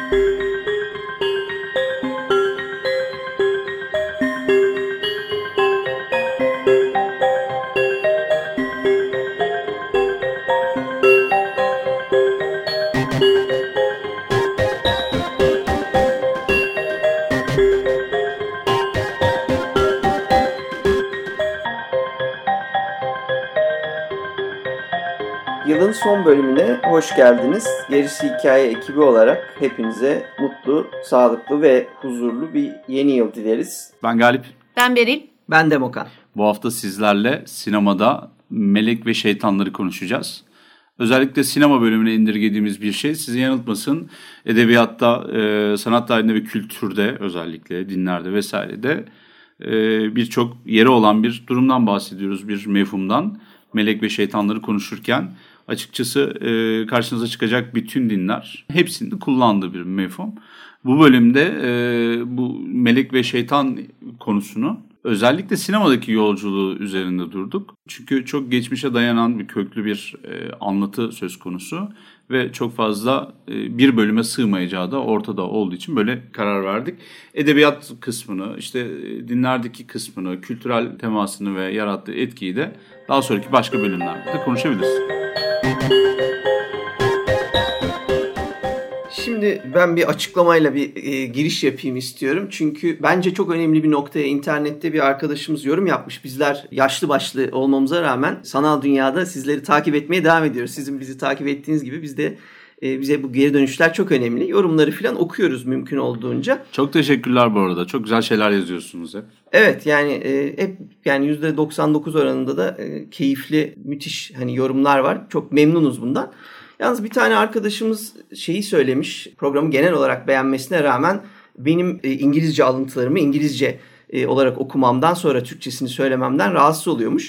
Yılın son bölümüne hoş geldiniz. Gerisi Hikaye ekibi olarak hepinize mutlu, sağlıklı ve huzurlu bir yeni yıl dileriz. Ben Galip. Ben Beril. Ben Demokan. Bu hafta sizlerle sinemada melek ve şeytanları konuşacağız. Özellikle sinema bölümüne indirgediğimiz bir şey sizi yanıltmasın. Edebiyatta, sanat tarihinde ve kültürde, özellikle dinlerde vesairede birçok yeri olan bir durumdan bahsediyoruz, bir mefhumdan. Melek ve şeytanları konuşurken açıkçası karşınıza çıkacak bütün dinler hepsinde kullandığı bir mefhum. Bu bölümde bu melek ve şeytan konusunu özellikle sinemadaki yolculuğu üzerinde durduk. Çünkü çok geçmişe dayanan bir köklü bir anlatı söz konusu ve çok fazla bir bölüme sığmayacağı da ortada olduğu için böyle karar verdik. Edebiyat kısmını, işte dinlerdeki kısmını, kültürel temasını ve yarattığı etkiyi de daha sonraki başka bölümlerde de konuşabiliriz. Şimdi ben bir açıklamayla bir giriş yapayım istiyorum. Çünkü bence çok önemli bir noktaya internette bir arkadaşımız yorum yapmış. Bizler yaşlı başlı olmamıza rağmen sanal dünyada sizleri takip etmeye devam ediyoruz. Sizin bizi takip ettiğiniz gibi biz de bize bu geri dönüşler çok önemli. Yorumları falan okuyoruz mümkün olduğunca. Çok teşekkürler bu arada. Çok güzel şeyler yazıyorsunuz hep. Evet, yani hep yani %99 oranında da keyifli, müthiş hani yorumlar var. Çok memnunuz bundan. Yalnız bir tane arkadaşımız şeyi söylemiş, programı genel olarak beğenmesine rağmen benim İngilizce alıntılarımı İngilizce olarak okumamdan sonra Türkçesini söylememden rahatsız oluyormuş.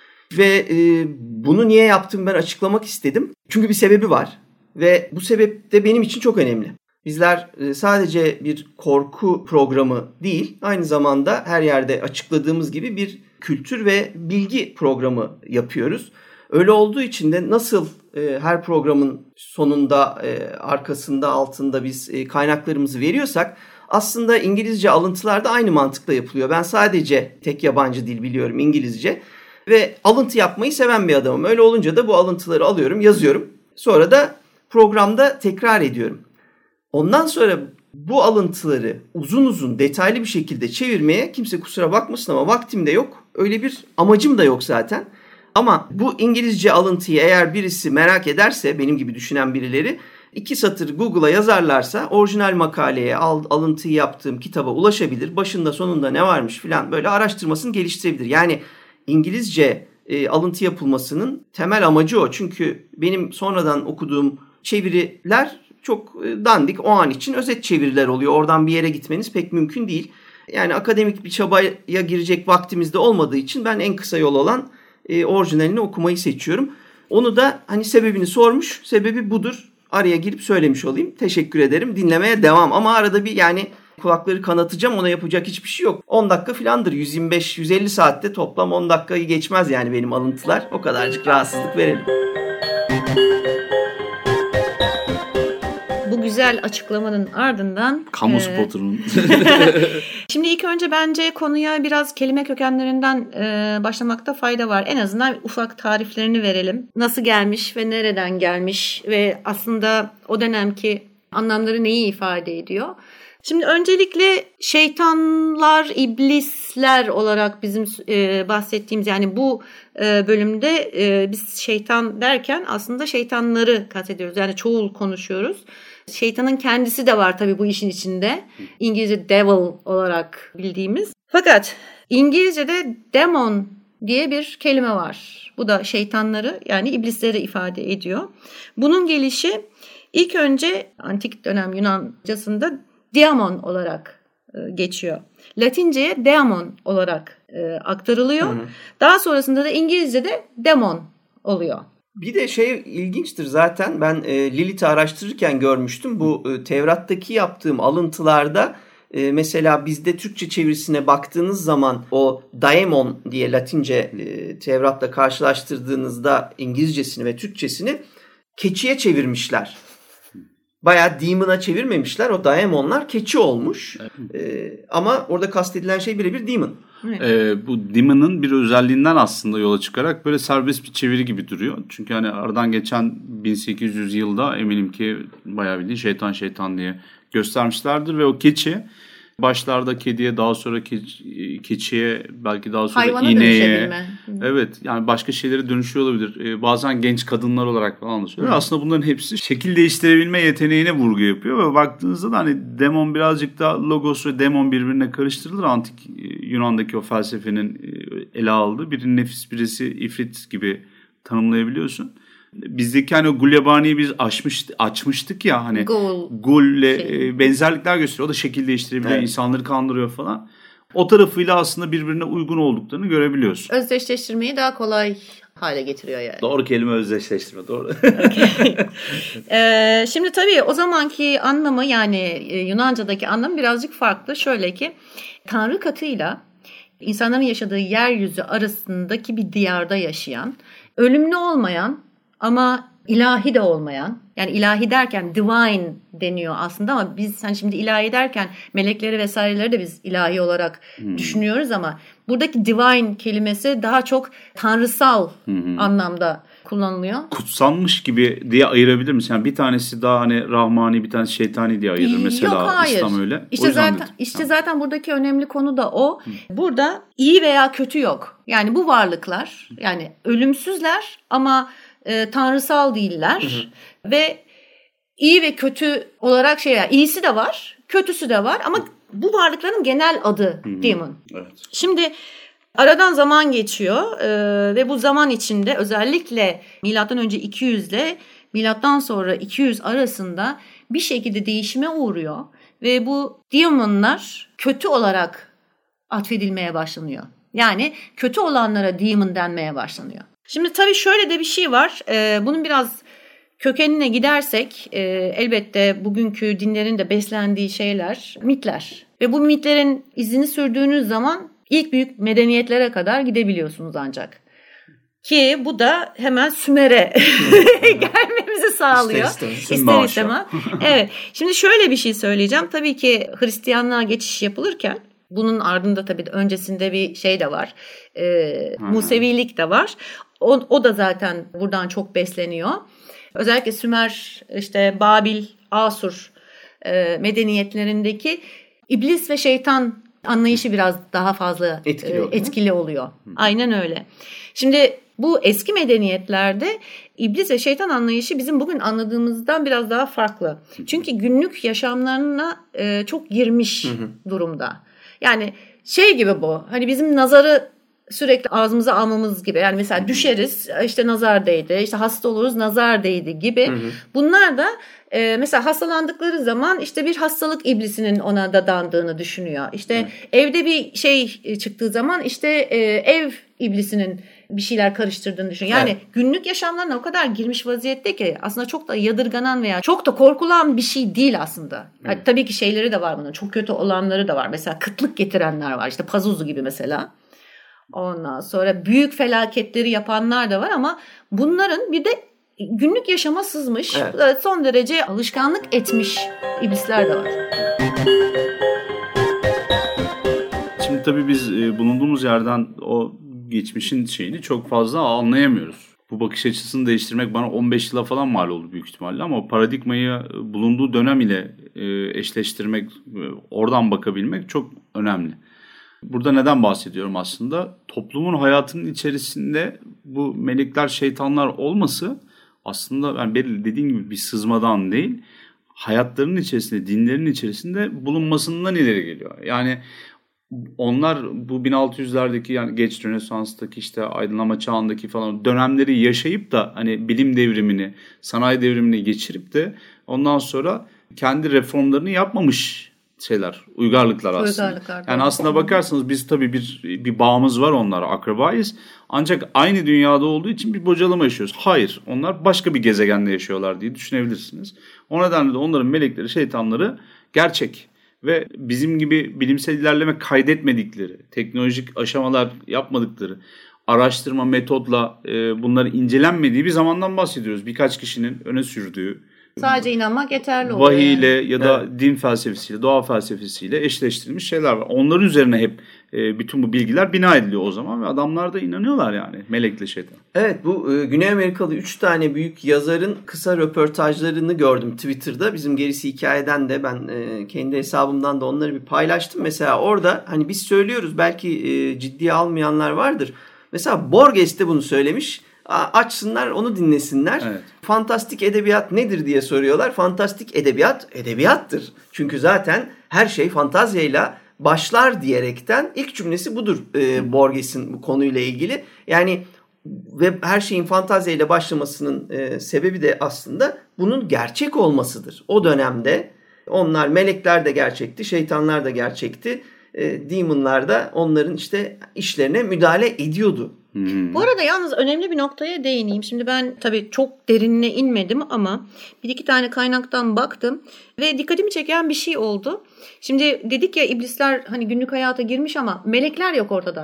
Ve bunu niye yaptım ben açıklamak istedim. Çünkü bir sebebi var ve bu sebep de benim için çok önemli. Bizler sadece bir korku programı değil, aynı zamanda her yerde açıkladığımız gibi bir kültür ve bilgi programı yapıyoruz. Öyle olduğu için de nasıl her programın sonunda, arkasında, altında biz kaynaklarımızı veriyorsak aslında İngilizce alıntılar da aynı mantıkla yapılıyor. Ben sadece tek yabancı dil biliyorum, İngilizce, ve alıntı yapmayı seven bir adamım. Öyle olunca da bu alıntıları alıyorum, yazıyorum. Sonra da programda tekrar ediyorum. Ondan sonra bu alıntıları uzun uzun detaylı bir şekilde çevirmeye kimse kusura bakmasın ama vaktim de yok. Öyle bir amacım da yok zaten. Ama bu İngilizce alıntıyı eğer birisi merak ederse, benim gibi düşünen birileri 2 satır Google'a yazarlarsa orijinal makaleye, alıntıyı yaptığım kitaba ulaşabilir. Başında sonunda ne varmış filan böyle araştırmasını geliştirebilir. Yani İngilizce alıntı yapılmasının temel amacı o. Çünkü benim sonradan okuduğum çeviriler çok dandik, o an için özet çeviriler oluyor. Oradan bir yere gitmeniz pek mümkün değil. Yani akademik bir çabaya girecek vaktimiz de olmadığı için ben en kısa yol olan orijinalini okumayı seçiyorum. Onu da hani sebebini sormuş. Sebebi budur. Araya girip söylemiş olayım. Teşekkür ederim. Dinlemeye devam. Ama arada bir yani kulakları kanatacağım. Ona yapacak hiçbir şey yok. 10 dakika filandır. 125-150 saatte toplam 10 dakikayı geçmez yani benim alıntılar. O kadarcık rahatsızlık verelim. Bu güzel açıklamanın ardından... Kamu spotunun. Şimdi ilk önce bence konuya biraz kelime kökenlerinden başlamakta fayda var. En azından ufak tariflerini verelim. Nasıl gelmiş ve nereden gelmiş ve aslında o dönemki anlamları neyi ifade ediyor? Şimdi öncelikle şeytanlar, iblisler olarak bizim bahsettiğimiz, yani bu bölümde biz şeytan derken aslında şeytanları kastediyoruz. Yani çoğul konuşuyoruz. Şeytanın kendisi de var tabii bu işin içinde. İngilizce devil olarak bildiğimiz. Fakat İngilizce'de demon diye bir kelime var. Bu da şeytanları, yani iblisleri ifade ediyor. Bunun gelişi ilk önce antik dönem Yunancasında diamon olarak geçiyor. Latinceye daemon olarak aktarılıyor. Hı hı. Daha sonrasında da İngilizce'de demon oluyor. Bir de şey ilginçtir, zaten ben Lilith'i araştırırken görmüştüm. Bu Tevrat'taki yaptığım alıntılarda mesela bizde Türkçe çevirisine baktığınız zaman o daemon diye Latince Tevrat'la karşılaştırdığınızda İngilizcesini ve Türkçesini keçiye çevirmişler. bayağı demon'a çevirmemişler. O daemonlar keçi olmuş. Ama orada kastedilen şey birebir demon. Bu demon'ın bir özelliğinden aslında yola çıkarak böyle serbest bir çeviri gibi duruyor. Çünkü hani aradan geçen 1800 yılda eminim ki bayağı bildiğin şeytan diye göstermişlerdir ve o keçi başlarda kediye, daha sonra keçiye, belki daha sonra hayvana ineğe. Evet, yani başka şeylere dönüşüyor olabilir. Bazen genç kadınlar olarak falan anlaşılıyor. Aslında bunların hepsi şekil değiştirebilme yeteneğine vurgu yapıyor ve baktığınızda da hani demon birazcık da logos ve demon birbirine karıştırılır. Antik Yunan'daki o felsefenin ele aldığı, biri nefis, birisi ifrit gibi tanımlayabiliyorsun. Bizdeki hani o gulyabaniyi biz açmıştık ya hani gulle benzerlikler gösteriyor. O da şekil değiştirebiliyor, evet. İnsanları kandırıyor falan. O tarafıyla aslında birbirine uygun olduklarını görebiliyorsun. Özdeşleştirmeyi daha kolay hale getiriyor yani. Doğru kelime özdeşleştirme, doğru. Şimdi tabii o zamanki anlamı, yani Yunanca'daki anlamı birazcık farklı. Şöyle ki, Tanrı katıyla insanların yaşadığı yeryüzü arasındaki bir diyarda yaşayan, ölümlü olmayan ama ilahi de olmayan, yani ilahi derken divine deniyor aslında ama biz hani şimdi ilahi derken melekleri vesaireleri de biz ilahi olarak düşünüyoruz ama buradaki divine kelimesi daha çok tanrısal anlamda kullanılıyor. Kutsanmış gibi diye ayırabilir misin? Yani bir tanesi daha hani rahmani, bir tanesi şeytani diye ayırır mesela. Yok, hayır. İslam öyle. Zaten buradaki önemli konu da o. Burada iyi veya kötü yok. Yani bu varlıklar, yani ölümsüzler ama tanrısal değiller ve iyi ve kötü olarak iyisi de var, kötüsü de var ama bu varlıkların genel adı demon. Evet. Şimdi aradan zaman geçiyor ve bu zaman içinde özellikle M.Ö. 200 ile M.Ö. 200 arasında bir şekilde değişime uğruyor ve bu demonlar kötü olarak atfedilmeye başlanıyor. Yani kötü olanlara demon denmeye başlanıyor. Şimdi tabii şöyle de bir şey var. Bunun biraz kökenine gidersek elbette bugünkü dinlerin de beslendiği şeyler mitler. Ve bu mitlerin izini sürdüğünüz zaman ilk büyük medeniyetlere kadar gidebiliyorsunuz ancak. Ki bu da hemen Sümer'e gelmemizi sağlıyor. İster istemez. Evet. Şimdi şöyle bir şey söyleyeceğim. Tabii ki Hristiyanlığa geçiş yapılırken bunun ardında tabii öncesinde bir şey de var. Musevilik de var. O da zaten buradan çok besleniyor. Özellikle Sümer, işte Babil, Asur medeniyetlerindeki iblis ve şeytan anlayışı biraz daha fazla etkili oluyor. Aynen öyle. Şimdi bu eski medeniyetlerde iblis ve şeytan anlayışı bizim bugün anladığımızdan biraz daha farklı. Çünkü günlük yaşamlarına çok girmiş durumda. Yani şey gibi bu, hani bizim nazarı sürekli ağzımıza almamız gibi. Yani mesela düşeriz, işte nazar değdi, işte hasta oluruz, nazar değdi gibi. Bunlar da mesela hastalandıkları zaman işte bir hastalık iblisinin ona dadandığını düşünüyor. İşte evde bir şey çıktığı zaman işte ev iblisinin bir şeyler karıştırdığını düşünüyor. Yani günlük yaşamlarına o kadar girmiş vaziyette ki aslında çok da yadırganan veya çok da korkulan bir şey değil aslında. Yani tabii ki şeyleri de var bunun. Çok kötü olanları da var. Mesela kıtlık getirenler var. İşte Pazuzu gibi mesela. Ondan sonra büyük felaketleri yapanlar da var ama bunların bir de günlük yaşama sızmış, son derece alışkanlık etmiş iblisler de var. Şimdi tabii biz bulunduğumuz yerden o geçmişin şeyini çok fazla anlayamıyoruz. Bu bakış açısını değiştirmek bana 15 yıla falan mal oldu büyük ihtimalle ama o paradigmayı bulunduğu dönem ile eşleştirmek, oradan bakabilmek çok önemli. Burada neden bahsediyorum aslında? Toplumun hayatının içerisinde bu melekler, şeytanlar olması aslında yani dediğim gibi bir sızmadan değil, hayatlarının içerisinde, dinlerin içerisinde bulunmasından ileri geliyor. Yani onlar bu 1600'lerdeki yani geç Rönesans'taki işte aydınlanma çağındaki falan dönemleri yaşayıp da hani bilim devrimini, sanayi devrimini geçirip de ondan sonra kendi reformlarını yapmamış şeyler, uygarlıklar aslında. Yani aslında bakarsanız biz tabii bir bağımız var onlara, akrabayız. Ancak aynı dünyada olduğu için bir bocalama yaşıyoruz. Hayır, onlar başka bir gezegende yaşıyorlar diye düşünebilirsiniz. O nedenle de onların melekleri, şeytanları gerçek. Ve bizim gibi bilimsel ilerleme kaydetmedikleri, teknolojik aşamalar yapmadıkları, araştırma metodla bunları incelenmediği bir zamandan bahsediyoruz. Birkaç kişinin öne sürdüğü Sadece inanmak yeterli oluyor. Vahiyle ya da din felsefesiyle, doğa felsefesiyle eşleştirilmiş şeyler var. Onların üzerine hep bütün bu bilgiler bina ediliyor o zaman ve adamlar da inanıyorlar yani melekle şeytan. Evet, bu Güney Amerikalı 3 tane büyük yazarın kısa röportajlarını gördüm Twitter'da. Bizim gerisi hikayeden de ben kendi hesabımdan da onları bir paylaştım. Mesela orada hani biz söylüyoruz, belki ciddiye almayanlar vardır. Mesela Borges de bunu söylemiş. Açsınlar, onu dinlesinler. Evet. Fantastik edebiyat nedir diye soruyorlar. Fantastik edebiyat edebiyattır. Çünkü zaten her şey fantazyayla başlar diyerekten ilk cümlesi budur Borges'in bu konuyla ilgili. Yani ve her şeyin fantazyayla başlamasının sebebi de aslında bunun gerçek olmasıdır. O dönemde onlar, melekler de gerçekti, şeytanlar da gerçekti. Demonlar da onların işte işlerine müdahale ediyordu. Bu arada yalnız önemli bir noktaya değineyim. Şimdi ben tabii çok derinine inmedim ama bir iki tane kaynaktan baktım ve dikkatimi çeken bir şey oldu. Şimdi dedik ya, iblisler hani günlük hayata girmiş ama melekler yok ortada.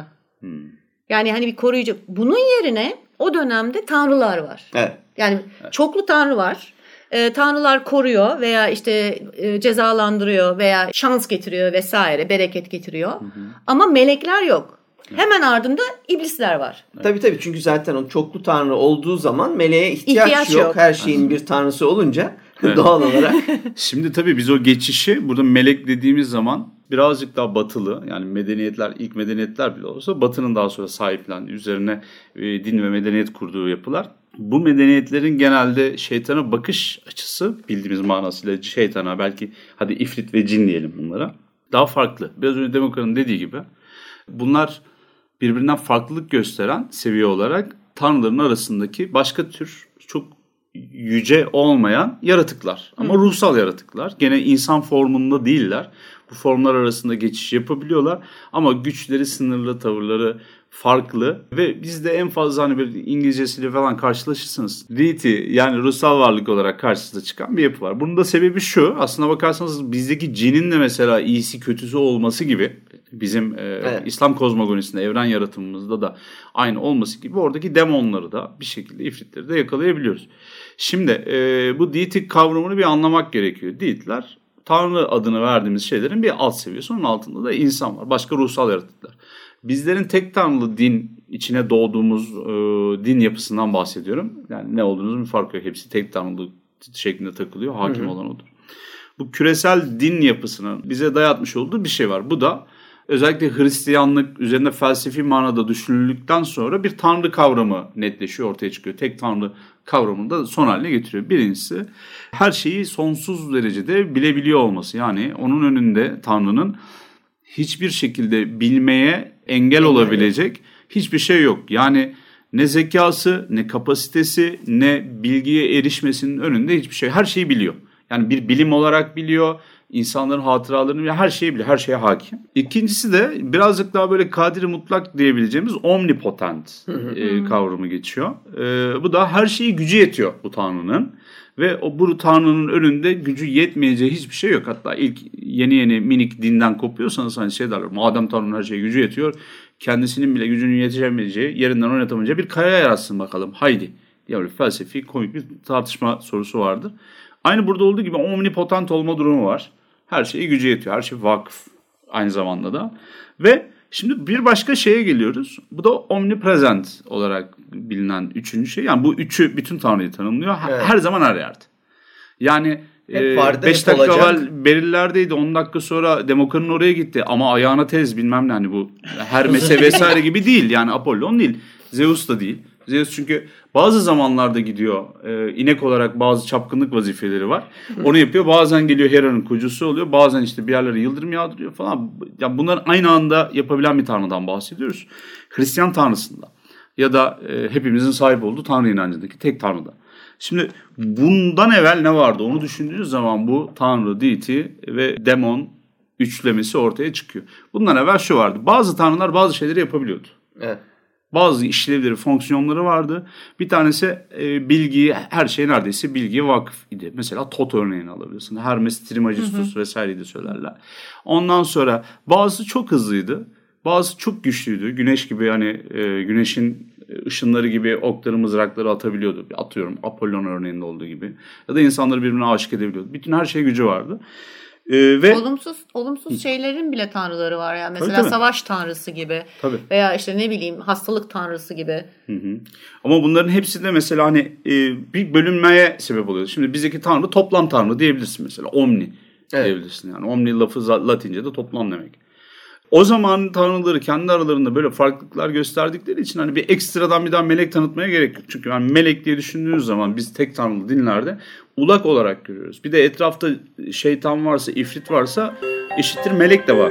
Yani hani bir koruyucu. Bunun yerine o dönemde tanrılar var. Evet. Yani çoklu tanrı var. Tanrılar koruyor veya işte cezalandırıyor veya şans getiriyor vesaire, bereket getiriyor. Ama melekler yok. Hemen ardında iblisler var. Tabii çünkü zaten o çoklu tanrı olduğu zaman meleğe ihtiyaç yok. Her şeyin bir tanrısı olunca doğal olarak. Şimdi tabii biz o geçişi burada melek dediğimiz zaman birazcık daha batılı, yani medeniyetler, ilk medeniyetler bile olsa batının daha sonra sahiplendiği, üzerine din ve medeniyet kurduğu yapılar. Bu medeniyetlerin genelde şeytana bakış açısı, bildiğimiz manasıyla şeytana, belki hadi ifrit ve cin diyelim bunlara, daha farklı. Biraz önce Demokra'nın dediği gibi bunlar birbirinden farklılık gösteren seviye olarak tanrıların arasındaki başka tür çok yüce olmayan yaratıklar. Ama ruhsal yaratıklar. Gene insan formunda değiller. Bu formlar arasında geçiş yapabiliyorlar. Ama güçleri sınırlı, tavırları farklı. Ve bizde en fazla hani böyle İngilizcesiyle falan karşılaşırsınız. Deity, yani ruhsal varlık olarak karşınıza çıkan bir yapı var. Bunun da sebebi şu. Aslına bakarsanız bizdeki cinin de mesela iyisi kötüsü olması gibi, bizim İslam kozmogonisinde, evren yaratımımızda da aynı olması gibi oradaki demonları da bir şekilde, ifritleri de yakalayabiliyoruz. Şimdi bu deity kavramını bir anlamak gerekiyor. Deity'ler, Tanrı adını verdiğimiz şeylerin bir alt seviyesi. Onun altında da insan var. Başka ruhsal yaratıklar. Bizlerin tek tanrılı din içine doğduğumuz din yapısından bahsediyorum. Yani ne olduğunuzun bir farkı yok. Hepsi tek tanrılı şeklinde takılıyor. Hakim olan odur. Bu küresel din yapısının bize dayatmış olduğu bir şey var. Bu da özellikle Hristiyanlık üzerine felsefi manada düşünüldükten sonra bir tanrı kavramı netleşiyor, ortaya çıkıyor. Tek tanrı kavramını da son haline getiriyor. Birincisi, her şeyi sonsuz derecede bilebiliyor olması. Yani onun önünde Tanrı'nın hiçbir şekilde bilmeye engel olabilecek hiçbir şey yok. Yani ne zekası, ne kapasitesi, ne bilgiye erişmesinin önünde hiçbir şey. Her şeyi biliyor. Yani bir bilim olarak biliyor. İnsanların hatıralarını biliyor. Her şeyi biliyor. Her şeye hakim. İkincisi de birazcık daha böyle kadiri mutlak diyebileceğimiz omnipotent kavramı geçiyor. Bu da her şeyi gücü yetiyor bu Tanrı'nın. Ve bu Tanrı'nın önünde gücü yetmeyeceği hiçbir şey yok. Hatta ilk yeni minik dinden kopuyorsanız hani şey derler. Madem Tanrı'nın her şeye gücü yetiyor, kendisinin bile gücünün yetişemeyeceği, yerinden oynatamayacağı bir kaya yaratsın bakalım. Haydi. diye böyle felsefi, komik bir tartışma sorusu vardır. Aynı burada olduğu gibi omnipotent olma durumu var. Her şeye gücü yetiyor. Her şey vakıf aynı zamanda da. Ve şimdi bir başka şeye geliyoruz. Bu da omnipresent olarak bilinen üçüncü şey. Yani bu üçü bütün Tanrı'yı tanımlıyor. Evet. Her zaman her yerde. Yani 5 dakika evvel Beriller'deydi. 10 dakika sonra Demokra'nın oraya gitti. Ama ayağına tez bilmem ne. Hani bu Hermes'e vesaire gibi değil. Yani Apollon değil. Zeus da değil. Zeus çünkü bazı zamanlarda gidiyor. İnek olarak bazı çapkınlık vazifeleri var. Onu yapıyor. Bazen geliyor Hera'nın kucusu oluyor. Bazen işte bir yerlere yıldırım yağdırıyor falan. Yani bunları aynı anda yapabilen bir tanrıdan bahsediyoruz. Hristiyan tanrısında. Ya da hepimizin sahip olduğu tanrı inancındaki tek tanrıda. Şimdi bundan evvel ne vardı? Onu düşündüğünüz zaman bu tanrı, deity ve demon üçlemesi ortaya çıkıyor. Bundan evvel şu vardı. Bazı tanrılar bazı şeyleri yapabiliyordu. Evet. Bazı işlevleri, fonksiyonları vardı. Bir tanesi bilgiyi, her şey neredeyse bilgiye vakıf idi. Mesela Tot örneğini alabilirsin. Hermes Trismegistus vesaireyi de söylerler. Ondan sonra bazısı çok hızlıydı. Bazı çok güçlüydü. Güneş gibi hani güneşin ışınları gibi okları mızrakları atabiliyordu. Atıyorum Apollon örneğinde olduğu gibi. Ya da insanları birbirine aşık edebiliyordu. Bütün her şeye gücü vardı. Ve olumsuz şeylerin bile tanrıları var ya. Mesela tabii. Savaş tanrısı gibi. Tabii. Veya işte ne bileyim hastalık tanrısı gibi. Hı. Ama bunların hepsi de mesela hani bir bölünmeye sebep oluyor. Şimdi bizdeki tanrı toplam tanrı diyebilirsin mesela. Omni diyebilirsin yani. Omni lafı Latince'de toplam demek. O zaman tanrıları kendi aralarında böyle farklılıklar gösterdikleri için hani bir ekstradan bir daha melek tanıtmaya gerek yok. Çünkü yani melek diye düşündüğünüz zaman biz tek tanrılı dinlerde ulak olarak görüyoruz. Bir de etrafta şeytan varsa, ifrit varsa eşittir melek de var.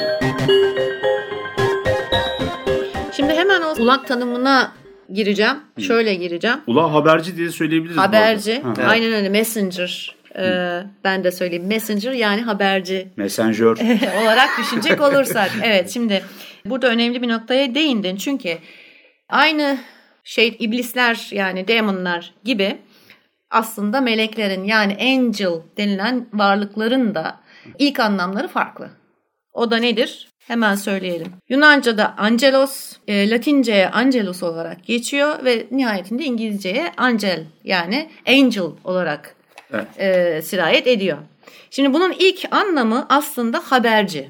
Şimdi hemen o ulak tanımına gireceğim. Şöyle gireceğim. Ulak haberci diye söyleyebiliriz. Haberci. Aynen öyle. Messenger. Ben de söyleyeyim. Messenger yani haberci. Messenger. olarak düşünecek olursak. Evet, şimdi burada önemli bir noktaya değindin. Çünkü aynı iblisler yani demonlar gibi aslında meleklerin yani angel denilen varlıkların da ilk anlamları farklı. O da nedir? Hemen söyleyelim. Yunanca'da angelos, Latince'ye angelus olarak geçiyor ve nihayetinde İngilizce'ye angel yani angel olarak sirayet ediyor. Şimdi bunun ilk anlamı aslında haberci.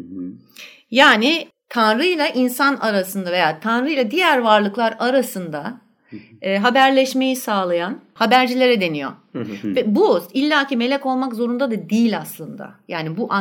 Yani Tanrı ile insan arasında veya Tanrı ile diğer varlıklar arasında haberleşmeyi sağlayan habercilere deniyor. Ve bu illaki melek olmak zorunda da değil aslında. Yani bu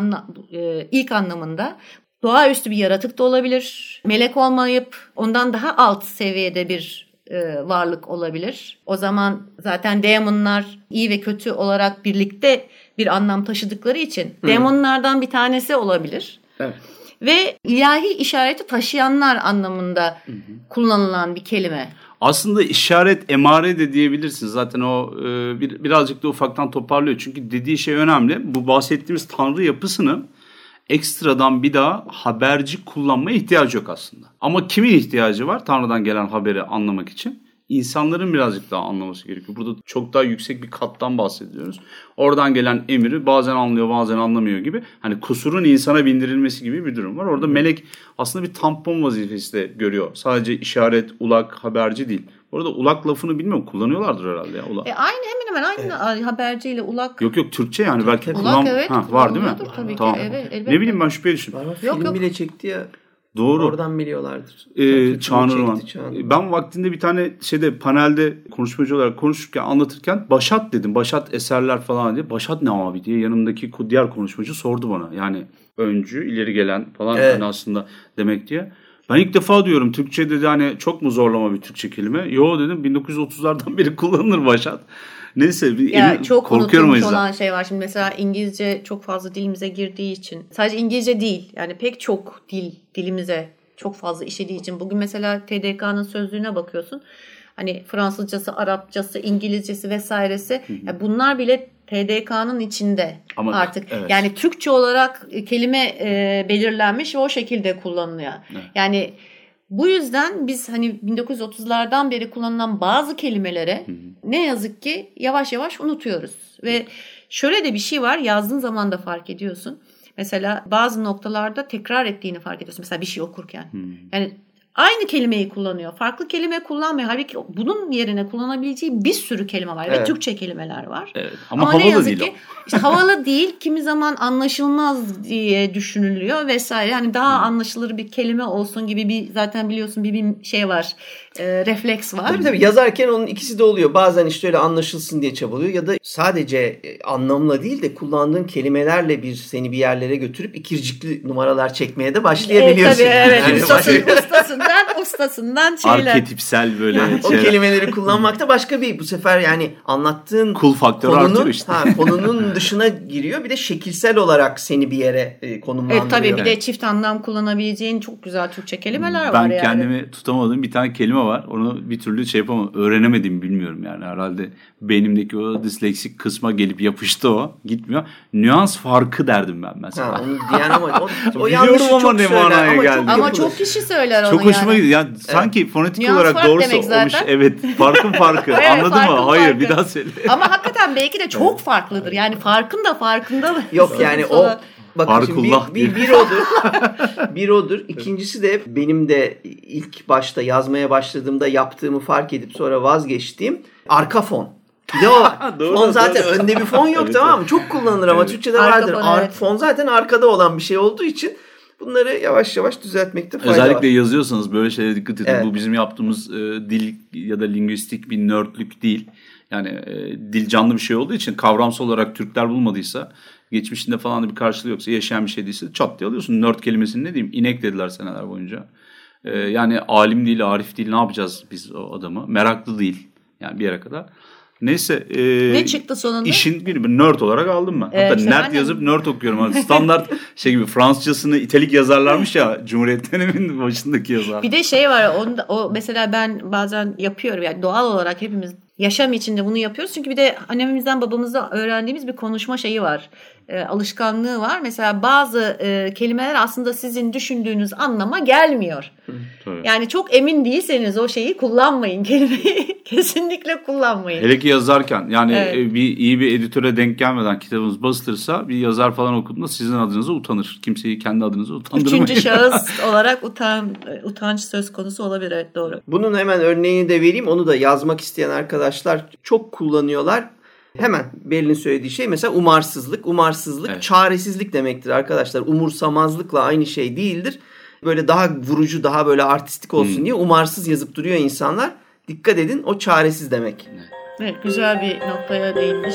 ilk anlamında doğaüstü bir yaratık da olabilir. Melek olmayıp ondan daha alt seviyede bir varlık olabilir. O zaman zaten demonlar iyi ve kötü olarak birlikte bir anlam taşıdıkları için demonlardan bir tanesi olabilir. Evet. Ve ilahi işareti taşıyanlar anlamında kullanılan bir kelime. Aslında işaret emare de diyebilirsin. Zaten o birazcık da ufaktan toparlıyor. Çünkü dediği şey önemli. Bu bahsettiğimiz tanrı yapısını ekstradan bir daha haberci kullanmaya ihtiyacı yok aslında. Ama kimin ihtiyacı var Tanrı'dan gelen haberi anlamak için? İnsanların birazcık daha anlaması gerekiyor. Burada çok daha yüksek bir kattan bahsediyoruz. Oradan gelen emiri bazen anlıyor bazen anlamıyor gibi. Hani kusurun insana bindirilmesi gibi bir durum var. Orada melek aslında bir tampon vazifesi de görüyor. Sadece işaret, ulak, haberci değil. Orada ulak lafını bilmiyorum kullanıyorlardır herhalde ya. Ulak. Aynı hemen aynı haberciyle ulak. Yok Türkçe yani belki ulak evet. Var değil mi? Tabii tamam. ki evet. Ne bileyim ben şüphe düştüm. Film bile çekti ya. Doğru. Oradan biliyorlardır. Çağınırman. Ben vaktinde bir tane panelde konuşmacı olarak konuşurken anlatırken Başat dedim. Başat eserler falan diye. Başat ne abi diye yanımdaki diğer konuşmacı sordu bana. Yani öncü, ileri gelen falan yani aslında demek diye. Ben ilk defa diyorum Türkçe dedi hani çok mu zorlama bir Türkçe kelime? Yo dedim 1930'lardan beri kullanılır Başat. Neyse çok unutulmuş olan şey var. Şimdi mesela İngilizce çok fazla dilimize girdiği için sadece İngilizce değil yani pek çok dilimize çok fazla işlediği için bugün mesela TDK'nın sözlüğüne bakıyorsun. Hani Fransızcası, Arapçası, İngilizcesi vesairesi yani bunlar bile TDK'nın içinde ama artık. Evet. Yani Türkçe olarak kelime belirlenmiş ve o şekilde kullanılıyor. Evet. Yani bu yüzden biz hani 1930'lardan beri kullanılan bazı kelimelere ne yazık ki yavaş yavaş unutuyoruz. Ve şöyle de bir şey var yazdığın zaman da fark ediyorsun. Mesela bazı noktalarda tekrar ettiğini fark ediyorsun. Mesela bir şey okurken. Yani aynı kelimeyi kullanıyor. Farklı kelime kullanmıyor. Halbuki bunun yerine kullanabileceği bir sürü kelime var. Evet. Ve Türkçe kelimeler var. Evet. Ama havalı ne yazık değil ki işte havalı değil. Kimi zaman anlaşılmaz diye düşünülüyor vesaire. Yani daha anlaşılır bir kelime olsun gibi bir zaten biliyorsun bir şey var. Refleks var. Tabii yazarken onun ikisi de oluyor. Bazen işte öyle anlaşılsın diye çabalıyor ya da sadece anlamla değil de kullandığın kelimelerle seni bir yerlere götürüp ikircikli numaralar çekmeye de başlayabiliyorsun. Tabii evet. Yani ustasından şeyler. Arketipsel böyle yani o kelimeleri kullanmak da başka bir bu sefer yani anlattığın cool faktörü artıyor işte. Konunun dışına giriyor. Bir de şekilsel olarak seni bir yere konumlandırıyor. Evet tabii bir de çift anlam kullanabileceğin çok güzel Türkçe kelimeler var ben yani. Ben kendimi tutamadığım bir tane kelime var. Onu bir türlü yapamam. Öğrenemedim bilmiyorum yani. Herhalde beynimdeki o disleksik kısma gelip yapıştı o. Gitmiyor. Nüans farkı derdim ben mesela. Onu diyen ama o yanlışı çok söyler. Ama çok kişi söyler onu çok hoşuma gidiyor. Yani sanki fonetik nüans olarak doğrusu olmuş. Evet. Farkı. Evet, anladın mı? Hayır bir daha söyle. Ama hakikaten belki de çok farklıdır. Yani farkında. Yok yani o bakın Farkullah bir odur. Bir odur. İkincisi de benim de ilk başta yazmaya başladığımda yaptığımı fark edip sonra vazgeçtiğim arka fon. Bir de o fon zaten önde bir fon yok, tamam mı? Çok kullanılır ama Türkçe'de vardır. Fon zaten arkada olan bir şey olduğu için bunları yavaş yavaş düzeltmekte fayda var. Özellikle yazıyorsanız böyle şeylere dikkat edin. Evet. Bu bizim yaptığımız dil ya da lingüistik bir nerdlük değil. Yani dil canlı bir şey olduğu için kavramsal olarak Türkler bulmadıysa, geçmişinde falan da bir karşılığı yoksa, yaşayan bir şey değilse çat diye alıyorsun. Nerd kelimesini ne diyeyim? İnek dediler seneler boyunca. Yani alim değil, arif değil, ne yapacağız biz o adamı? Meraklı değil yani bir yere kadar. Neyse. Ne çıktı sonunda? İşin bir nerd olarak aldım ben. Hatta nerd yazıp nerd okuyorum. Standart şey gibi, Fransızcasını italik yazarlarmış ya, Cumhuriyet döneminin başındaki yazar. Bir de var, o mesela ben bazen yapıyorum, yani doğal olarak hepimiz yaşam içinde bunu yapıyoruz. Çünkü bir de annemizden babamızdan öğrendiğimiz bir konuşma şeyi var. Alışkanlığı var. Mesela bazı kelimeler aslında sizin düşündüğünüz anlama gelmiyor. Tabii. Yani çok emin değilseniz o şeyi kullanmayın. Kelimeyi kesinlikle kullanmayın. Hele ki yazarken yani iyi bir editöre denk gelmeden kitabınız basılırsa, bir yazar falan okuduğunda sizin adınıza utanır. Kimseyi kendi adınıza utandırmayın. Üçüncü şahıs olarak utanç söz konusu olabilir. Evet, doğru. Bunun hemen örneğini de vereyim. Onu da yazmak isteyen arkadaşlar çok kullanıyorlar. Hemen Beril'in söylediği şey mesela umarsızlık. Umarsızlık çaresizlik demektir arkadaşlar. Umursamazlıkla aynı şey değildir. Böyle daha vurucu, daha böyle artistik olsun diye umarsız yazıp duruyor insanlar. Dikkat edin, o çaresiz demek. Evet, güzel bir noktaya değinmiş.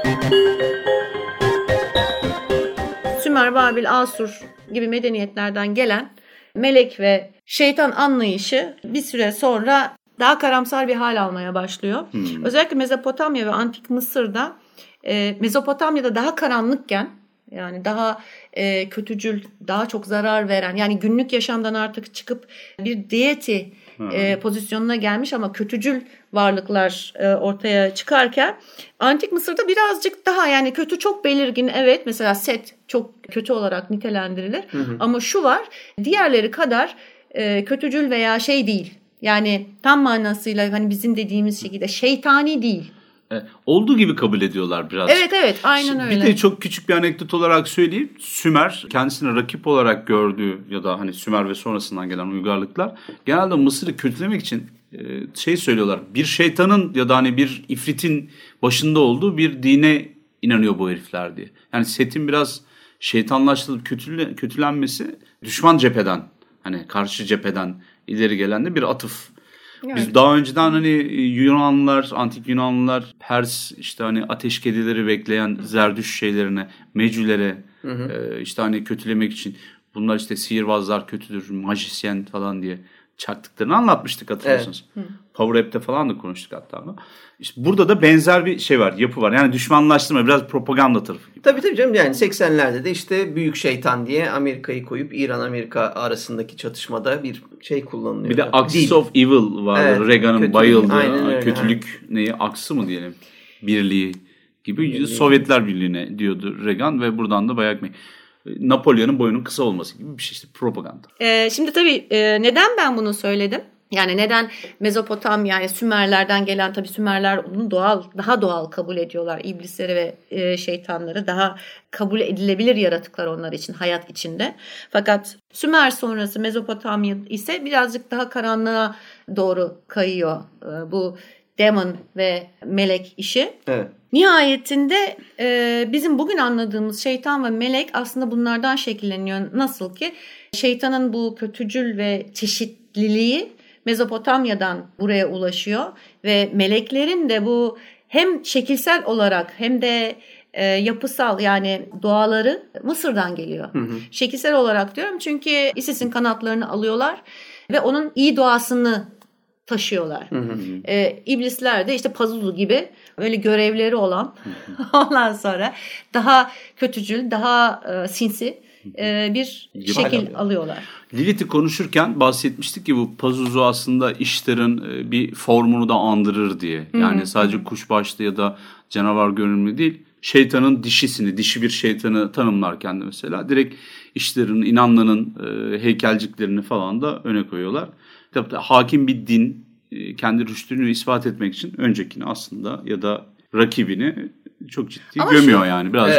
Sümer, Babil, Asur gibi medeniyetlerden gelen melek ve şeytan anlayışı bir süre sonra daha karamsar bir hal almaya başlıyor. Özellikle Mezopotamya ve Antik Mısır'da, Mezopotamya'da daha karanlıkken, yani daha kötücül, daha çok zarar veren, yani günlük yaşamdan artık çıkıp bir deity pozisyonuna gelmiş ama kötücül varlıklar ortaya çıkarken, Antik Mısır'da birazcık daha, yani kötü çok belirgin. Evet, mesela Set çok kötü olarak nitelendirilir. Ama şu var, diğerleri kadar kötücül veya şey değil. Yani tam manasıyla hani bizim dediğimiz şekilde şeytani değil. Olduğu gibi kabul ediyorlar biraz. Evet, aynen öyle. Bir de çok küçük bir anekdot olarak söyleyeyim. Sümer kendisini rakip olarak gördüğü ya da hani Sümer ve sonrasından gelen uygarlıklar genelde Mısır'ı kötülemek için söylüyorlar. Bir şeytanın ya da hani bir ifritin başında olduğu bir dine inanıyor bu herifler diye. Yani Set'in biraz şeytanlaştırılıp kötülenmesi düşman cepheden, hani karşı cepheden ileri gelen de bir atıf. Evet. Biz daha önceden hani Yunanlılar, antik Yunanlılar, Pers, işte hani ateş kedileri bekleyen Zerdüş şeylerine, Mecülere işte hani kötülemek için bunlar işte sihirbazlar kötüdür, majisyen falan diye çaktıklarını anlatmıştık, hatırlıyorsunuz. Evet. Power App'te falan da konuştuk hatta ama. İşte burada da benzer bir şey var, yapı var. Yani düşmanlaştırma, biraz propaganda tarafı gibi. Tabii canım, yani 80'lerde de işte büyük şeytan diye Amerika'yı koyup İran-Amerika arasındaki çatışmada bir şey kullanılıyor. Bir de Axis of Evil vardı. Evet, Reagan'ın bayıldığı kötülük neyi? Aksı mı diyelim? Birliği gibi. Sovyetler Birliği'ne diyordu Reagan ve buradan da bayağı Napolyon'un boyunun kısa olması gibi bir şey, işte propaganda. Şimdi tabii neden ben bunu söyledim? Yani neden Mezopotamya, yani Sümerlerden gelen, tabii Sümerler bunu daha doğal kabul ediyorlar. İblisleri ve şeytanları daha kabul edilebilir yaratıklar onlar için, hayat içinde. Fakat Sümer sonrası Mezopotamya ise birazcık daha karanlığa doğru kayıyor bu demon ve melek işi. Evet. Nihayetinde bizim bugün anladığımız şeytan ve melek aslında bunlardan şekilleniyor. Nasıl ki şeytanın bu kötücül ve çeşitliliği Mezopotamya'dan buraya ulaşıyor ve meleklerin de bu hem şekilsel olarak hem de yapısal, yani doğaları Mısır'dan geliyor. Şekilsel olarak diyorum çünkü Isis'in kanatlarını alıyorlar ve onun iyi doğasını taşıyorlar. İblisler de işte Pazuzu gibi öyle görevleri olan ondan sonra daha kötücül, daha sinsi bir şekil alıyorlar. Lilith'i konuşurken bahsetmiştik ki bu Pazuzu aslında İştar'ın bir formunu da andırır diye. Yani sadece kuşbaşlı ya da canavar görünümlü değil, şeytanın dişisini, dişi bir şeytanı tanımlarken de mesela direkt İştar'ın, İnanlı'nın heykelciklerini falan da öne koyuyorlar. Tabii hakim bir din kendi rüştünü ispat etmek için öncekini aslında ya da rakibini çok ciddi gömüyor yani. Birazcık o.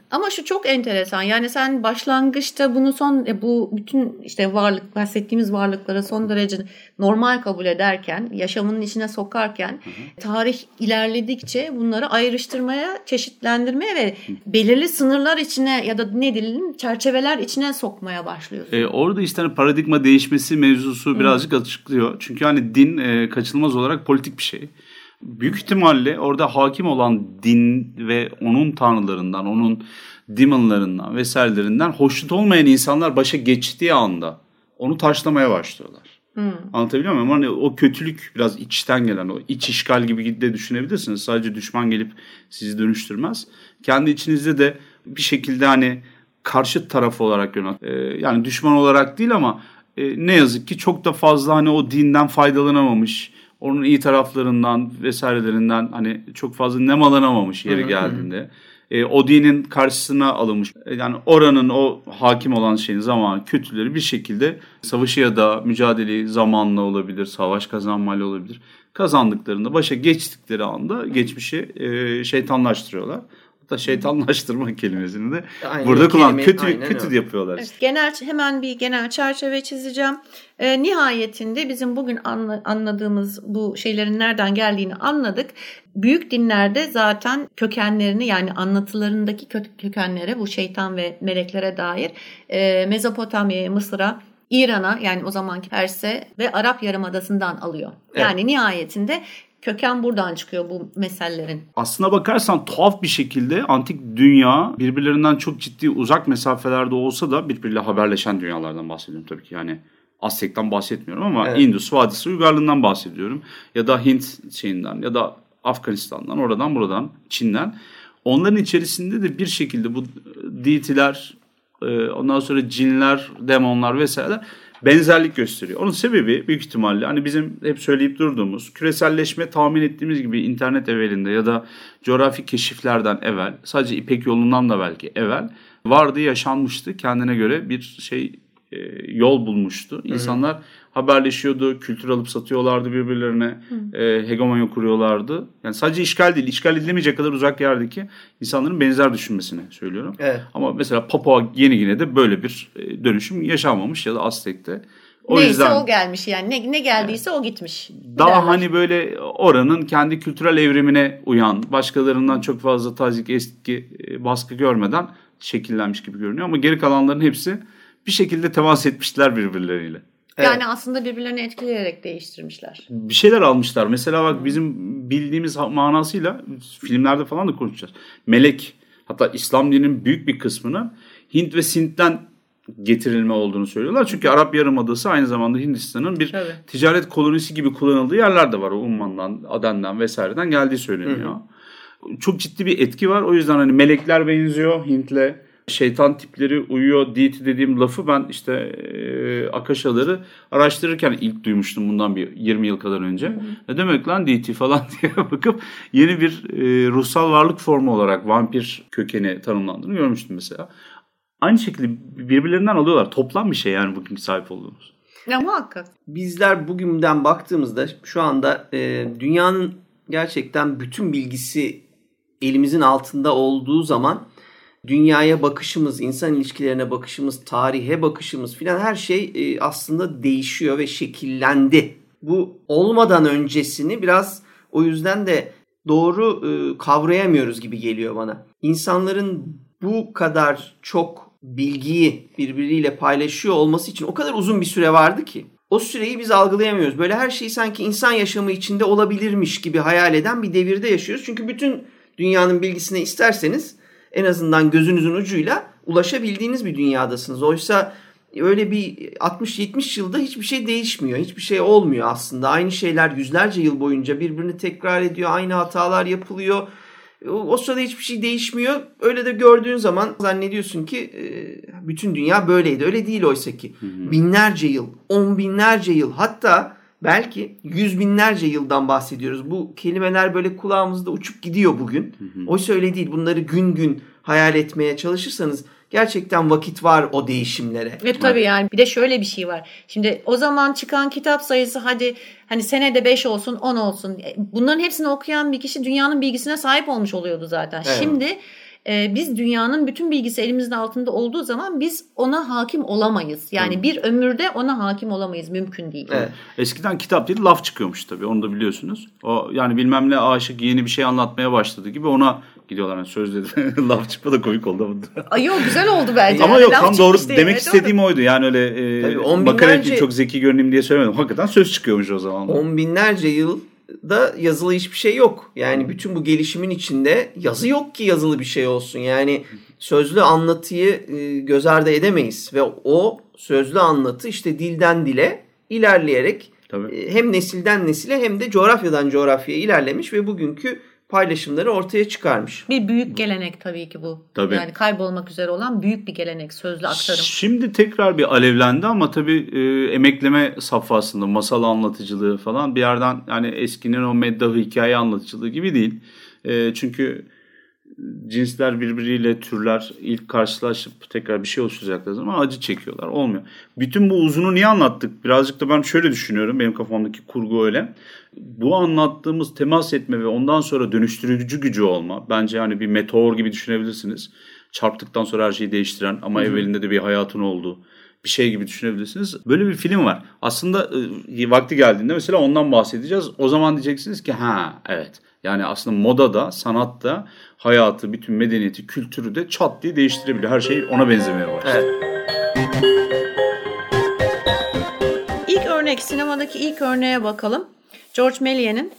Ama şu çok enteresan. Yani sen başlangıçta bunu bu bütün işte bahsettiğimiz varlıklara son derece normal kabul ederken, yaşamının içine sokarken tarih ilerledikçe bunları ayrıştırmaya, çeşitlendirmeye ve belirli sınırlar içine ya da ne diyelim çerçeveler içine sokmaya başlıyorsun. Orada işte hani paradigma değişmesi mevzusu birazcık açıklıyor. Çünkü hani din kaçınılmaz olarak politik bir şey. Büyük ihtimalle orada hakim olan din ve onun tanrılarından, onun demonlarından vesairelerinden hoşnut olmayan insanlar başa geçtiği anda onu taşlamaya başlıyorlar. Anlatabiliyor muyum? Hani o kötülük biraz içten gelen, o iç işgal gibi de düşünebilirsiniz. Sadece düşman gelip sizi dönüştürmez. Kendi içinizde de bir şekilde hani karşı taraf olarak yani düşman olarak değil ama ne yazık ki çok da fazla hani o dinden faydalanamamış, onun iyi taraflarından vesairelerinden hani çok fazla nemalanamamış yeri geldiğinde. O dinin karşısına alınmış. Yani oranın o hakim olan şeyin zamanı kötüleri bir şekilde savaşı ya da mücadeleyi zamanla olabilir, savaş kazanmayla olabilir. Kazandıklarında başa geçtikleri anda geçmişi şeytanlaştırıyorlar. Hatta şeytanlaştırma kelimesini de burada kullan. Kötü yapıyorlar. Evet, hemen bir genel çerçeve çizeceğim. Nihayetinde bizim bugün anladığımız bu şeylerin nereden geldiğini anladık. Büyük dinlerde zaten kökenlerini yani anlatılarındaki kökenlere bu şeytan ve meleklere dair Mezopotamya'ya, Mısır'a, İran'a yani o zamanki Pers'e ve Arap Yarımadası'ndan alıyor. Evet. Yani nihayetinde köken buradan çıkıyor bu meselelerin. Aslına bakarsan tuhaf bir şekilde antik dünya birbirlerinden çok ciddi uzak mesafelerde olsa da birbiriyle haberleşen dünyalardan bahsediyorum tabii ki. Yani Aztek'ten bahsetmiyorum ama evet. Indus Vadisi uygarlığından bahsediyorum. Ya da Hint şeyinden ya da Afganistan'dan, oradan buradan, Çin'den. Onların içerisinde de bir şekilde bu deity'ler, ondan sonra cinler, demonlar vesaireler benzerlik gösteriyor. Onun sebebi büyük ihtimalle hani bizim hep söyleyip durduğumuz küreselleşme tahmin ettiğimiz gibi internet evvelinde ya da coğrafi keşiflerden evvel, sadece İpek yolundan da belki evvel vardı, yaşanmıştı. Kendine göre bir yol bulmuştu. İnsanlar haberleşiyordu, kültür alıp satıyorlardı birbirlerine, hegemonya kuruyorlardı. Yani sadece işgal değil, işgal edilemeyecek kadar uzak yerdeki insanların benzer düşünmesini söylüyorum. Evet. Ama mesela Papua Yeni Gine'de böyle bir dönüşüm yaşanmamış ya da Aztek'te. Neyse o gelmiş yani ne geldiyse o gitmiş. Daha hani böyle oranın kendi kültürel evrimine uyan, başkalarından çok fazla tazik, eski baskı görmeden şekillenmiş gibi görünüyor. Ama geri kalanların hepsi bir şekilde temas etmişler birbirleriyle. Yani evet. Aslında birbirlerini etkileyerek değiştirmişler. Bir şeyler almışlar. Mesela bak bizim bildiğimiz manasıyla filmlerde falan da konuşacağız. Melek, hatta İslam dininin büyük bir kısmını Hint ve Sint'ten getirilme olduğunu söylüyorlar. Çünkü Arap Yarımadası aynı zamanda Hindistan'ın bir ticaret kolonisi gibi kullanıldığı yerler de var. O Umman'dan, Aden'den vesaireden geldiği söyleniyor. Çok ciddi bir etki var. O yüzden hani melekler benziyor Hint'le. Şeytan tipleri uyuyor. Deity dediğim lafı ben işte Akashaları araştırırken ilk duymuştum bundan bir 20 yıl kadar önce. Ne demek lan deity falan diye bakıp yeni bir ruhsal varlık formu olarak vampir kökeni tanımlandığını görmüştüm mesela. Aynı şekilde birbirlerinden alıyorlar. Toplam bir şey yani bugünkü sahip olduğumuz. Ya muhakkak. Bizler bugünden baktığımızda şu anda dünyanın gerçekten bütün bilgisi elimizin altında olduğu zaman dünyaya bakışımız, insan ilişkilerine bakışımız, tarihe bakışımız filan her şey aslında değişiyor ve şekillendi. Bu olmadan öncesini biraz o yüzden de doğru kavrayamıyoruz gibi geliyor bana. İnsanların bu kadar çok bilgiyi birbiriyle paylaşıyor olması için o kadar uzun bir süre vardı ki. O süreyi biz algılayamıyoruz. Böyle her şey sanki insan yaşamı içinde olabilirmiş gibi hayal eden bir devirde yaşıyoruz. Çünkü bütün dünyanın bilgisine isterseniz en azından gözünüzün ucuyla ulaşabildiğiniz bir dünyadasınız. Oysa öyle bir 60-70 yılda hiçbir şey değişmiyor. Hiçbir şey olmuyor aslında. Aynı şeyler yüzlerce yıl boyunca birbirini tekrar ediyor. Aynı hatalar yapılıyor. O sırada hiçbir şey değişmiyor. Öyle de gördüğün zaman zannediyorsun ki bütün dünya böyleydi. Öyle değil oysa ki. Binlerce yıl, 10 binlerce yıl, hatta belki 100 binlerce yıldan bahsediyoruz. Bu kelimeler böyle kulağımızda uçup gidiyor bugün. Oysa öyle değil. Bunları gün gün hayal etmeye çalışırsanız gerçekten vakit var o değişimlere. Ve tabii yani bir de şöyle bir şey var. Şimdi o zaman çıkan kitap sayısı hani senede 5 olsun 10 olsun. Bunların hepsini okuyan bir kişi dünyanın bilgisine sahip olmuş oluyordu zaten. Evet. Şimdi biz dünyanın bütün bilgisi elimizin altında olduğu zaman biz ona hakim olamayız. Yani bir ömürde ona hakim olamayız. Mümkün değil. Evet. Eskiden kitap değil laf çıkıyormuş tabii. Onu da biliyorsunuz. O yani bilmem ne aşık yeni bir şey anlatmaya başladı gibi ona gidiyorlar. Yani sözde laf çıkma da komik oldu. Ay yok güzel oldu bence. Ama yani yok tam doğru demek evet, istediğim oydu. Yani öyle makale çok zeki görüneyim diye söylemedim. Hakikaten söz çıkıyormuş o zaman. 10 binlerce yılda yazılı hiçbir şey yok. Yani bütün bu gelişimin içinde yazı yok ki yazılı bir şey olsun. Yani sözlü anlatıyı göz ardı edemeyiz. Ve o sözlü anlatı işte dilden dile ilerleyerek hem nesilden nesile hem de coğrafyadan coğrafyaya ilerlemiş ve bugünkü paylaşımları ortaya çıkarmış. Bir büyük gelenek tabii ki bu. Tabii. Yani kaybolmak üzere olan büyük bir gelenek sözlü aktarım. Şimdi tekrar bir alevlendi ama tabii emekleme safhasında masal anlatıcılığı falan bir yerden yani eskinin o meddahı hikaye anlatıcılığı gibi değil. Çünkü cinsler birbiriyle türler ilk karşılaşıp tekrar bir şey oluşturacaklar zaman acı çekiyorlar. Olmuyor. Bütün bu uzunu niye anlattık? Birazcık da ben şöyle düşünüyorum. Benim kafamdaki kurgu öyle. Bu anlattığımız temas etme ve ondan sonra dönüştürücü gücü olma. Bence hani bir meteor gibi düşünebilirsiniz. Çarptıktan sonra her şeyi değiştiren ama evvelinde de bir hayatın olduğu bir şey gibi düşünebilirsiniz. Böyle bir film var. Aslında vakti geldiğinde mesela ondan bahsedeceğiz. O zaman diyeceksiniz ki evet. Yani aslında modada, sanatta hayatı, bütün medeniyeti, kültürü de çat diye değiştirebiliyor. Her şey ona benzemeye başladı. Evet. İlk örnek, sinemadaki ilk örneğe bakalım. George Méliès'in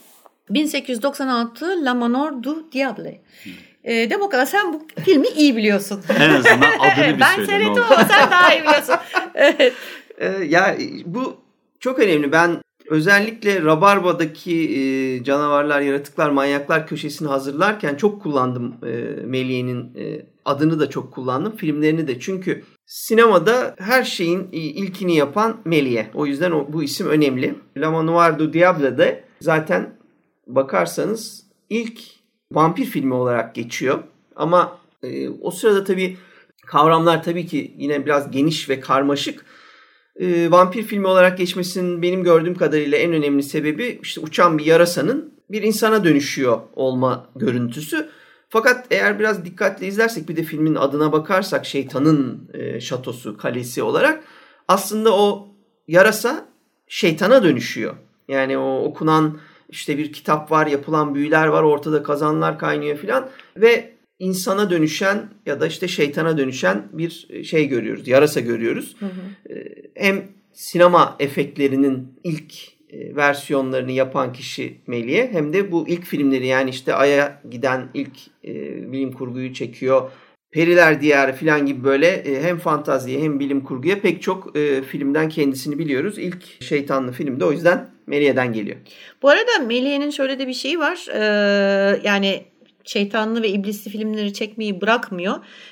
1896 La Mano du Diable. De bakalım sen bu filmi iyi biliyorsun. En azından adını bir ben söyle. Ben seyrettim ama sen daha iyi biliyorsun. Evet. Ya bu çok önemli. Ben özellikle Rabarba'daki canavarlar, yaratıklar, manyaklar köşesini hazırlarken çok kullandım Méliès'in adını da çok kullandım. Filmlerini de. Çünkü sinemada her şeyin ilkini yapan Méliès. O yüzden bu isim önemli. La Mano du Diable'de zaten bakarsanız ilk vampir filmi olarak geçiyor. Ama o sırada tabii kavramlar tabii ki yine biraz geniş ve karmaşık. Vampir filmi olarak geçmesinin benim gördüğüm kadarıyla en önemli sebebi işte uçan bir yarasanın bir insana dönüşüyor olma görüntüsü. Fakat eğer biraz dikkatli izlersek bir de filmin adına bakarsak şeytanın şatosu, kalesi olarak aslında o yarasa şeytana dönüşüyor. Yani o okunan işte bir kitap var, yapılan büyüler var, ortada kazanlar kaynıyor filan ve insana dönüşen ya da işte şeytana dönüşen bir şey görüyoruz, yarasa görüyoruz. Hı hı. Hem sinema efektlerinin ilk versiyonlarını yapan kişi Méliès hem de bu ilk filmleri yani işte Ay'a giden ilk bilim kurguyu çekiyor. Periler Diyarı filan gibi böyle hem fantaziye hem bilim kurguya pek çok filmden kendisini biliyoruz. İlk şeytanlı film de o yüzden Méliès'den geliyor. Bu arada Méliès'in şöyle de bir şeyi var. Yani şeytanlı ve iblisli filmleri çekmeyi bırakmıyor.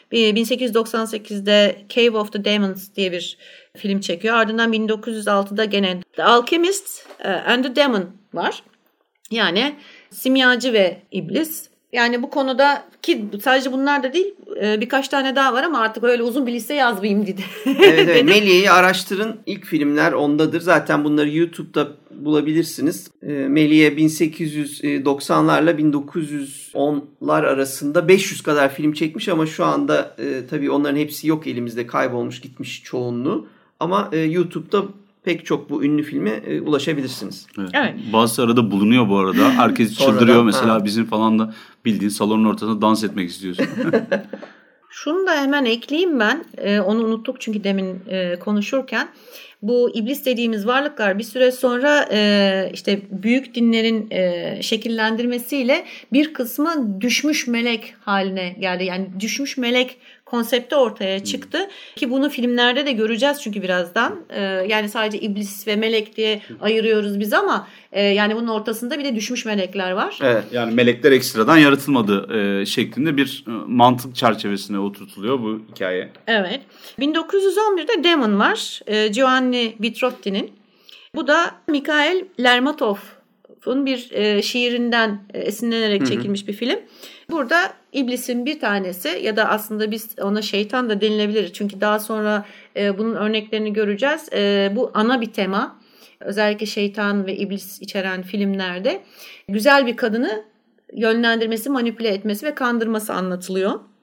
1898'de Cave of the Demons diye bir film çekiyor. Ardından 1906'da gene The Alchemist and the Demon var. Yani simyacı ve iblis. Yani bu konuda ki sadece bunlar da değil birkaç tane daha var ama artık öyle uzun bir liste yazmayayım dedi. Evet. Méliès'i araştırın. İlk filmler ondadır. Zaten bunları YouTube'da bulabilirsiniz. Méliès 1890'larla 1910'lar arasında 500 kadar film çekmiş ama şu anda tabii onların hepsi yok elimizde, kaybolmuş gitmiş çoğunluğu. Ama YouTube'da pek çok bu ünlü filme ulaşabilirsiniz. Evet. Bazısı arada bulunuyor bu arada. Herkes çıldırıyor mesela bizim falan da bildiğin salonun ortasında dans etmek istiyorsun. Şunu da hemen ekleyeyim ben. Onu unuttuk çünkü demin konuşurken. Bu iblis dediğimiz varlıklar bir süre sonra işte büyük dinlerin şekillendirmesiyle bir kısmı düşmüş melek haline geldi. Yani düşmüş melek konsepti ortaya çıktı ki bunu filmlerde de göreceğiz çünkü birazdan. Yani sadece iblis ve melek diye ayırıyoruz biz ama yani bunun ortasında bir de düşmüş melekler var. Evet. Yani melekler ekstradan yaratılmadı şeklinde bir mantık çerçevesine oturtuluyor bu hikaye. Evet. 1911'de Demon var. Giovanni Vitrotti'nin. Bu da Mikhail Lermontov'un bir şiirinden esinlenerek çekilmiş bir film. Burada iblisin bir tanesi ya da aslında biz ona şeytan da denilebilir. Çünkü daha sonra bunun örneklerini göreceğiz. Bu ana bir tema. Özellikle şeytan ve iblis içeren filmlerde güzel bir kadını yönlendirmesi, manipüle etmesi ve kandırması anlatılıyor.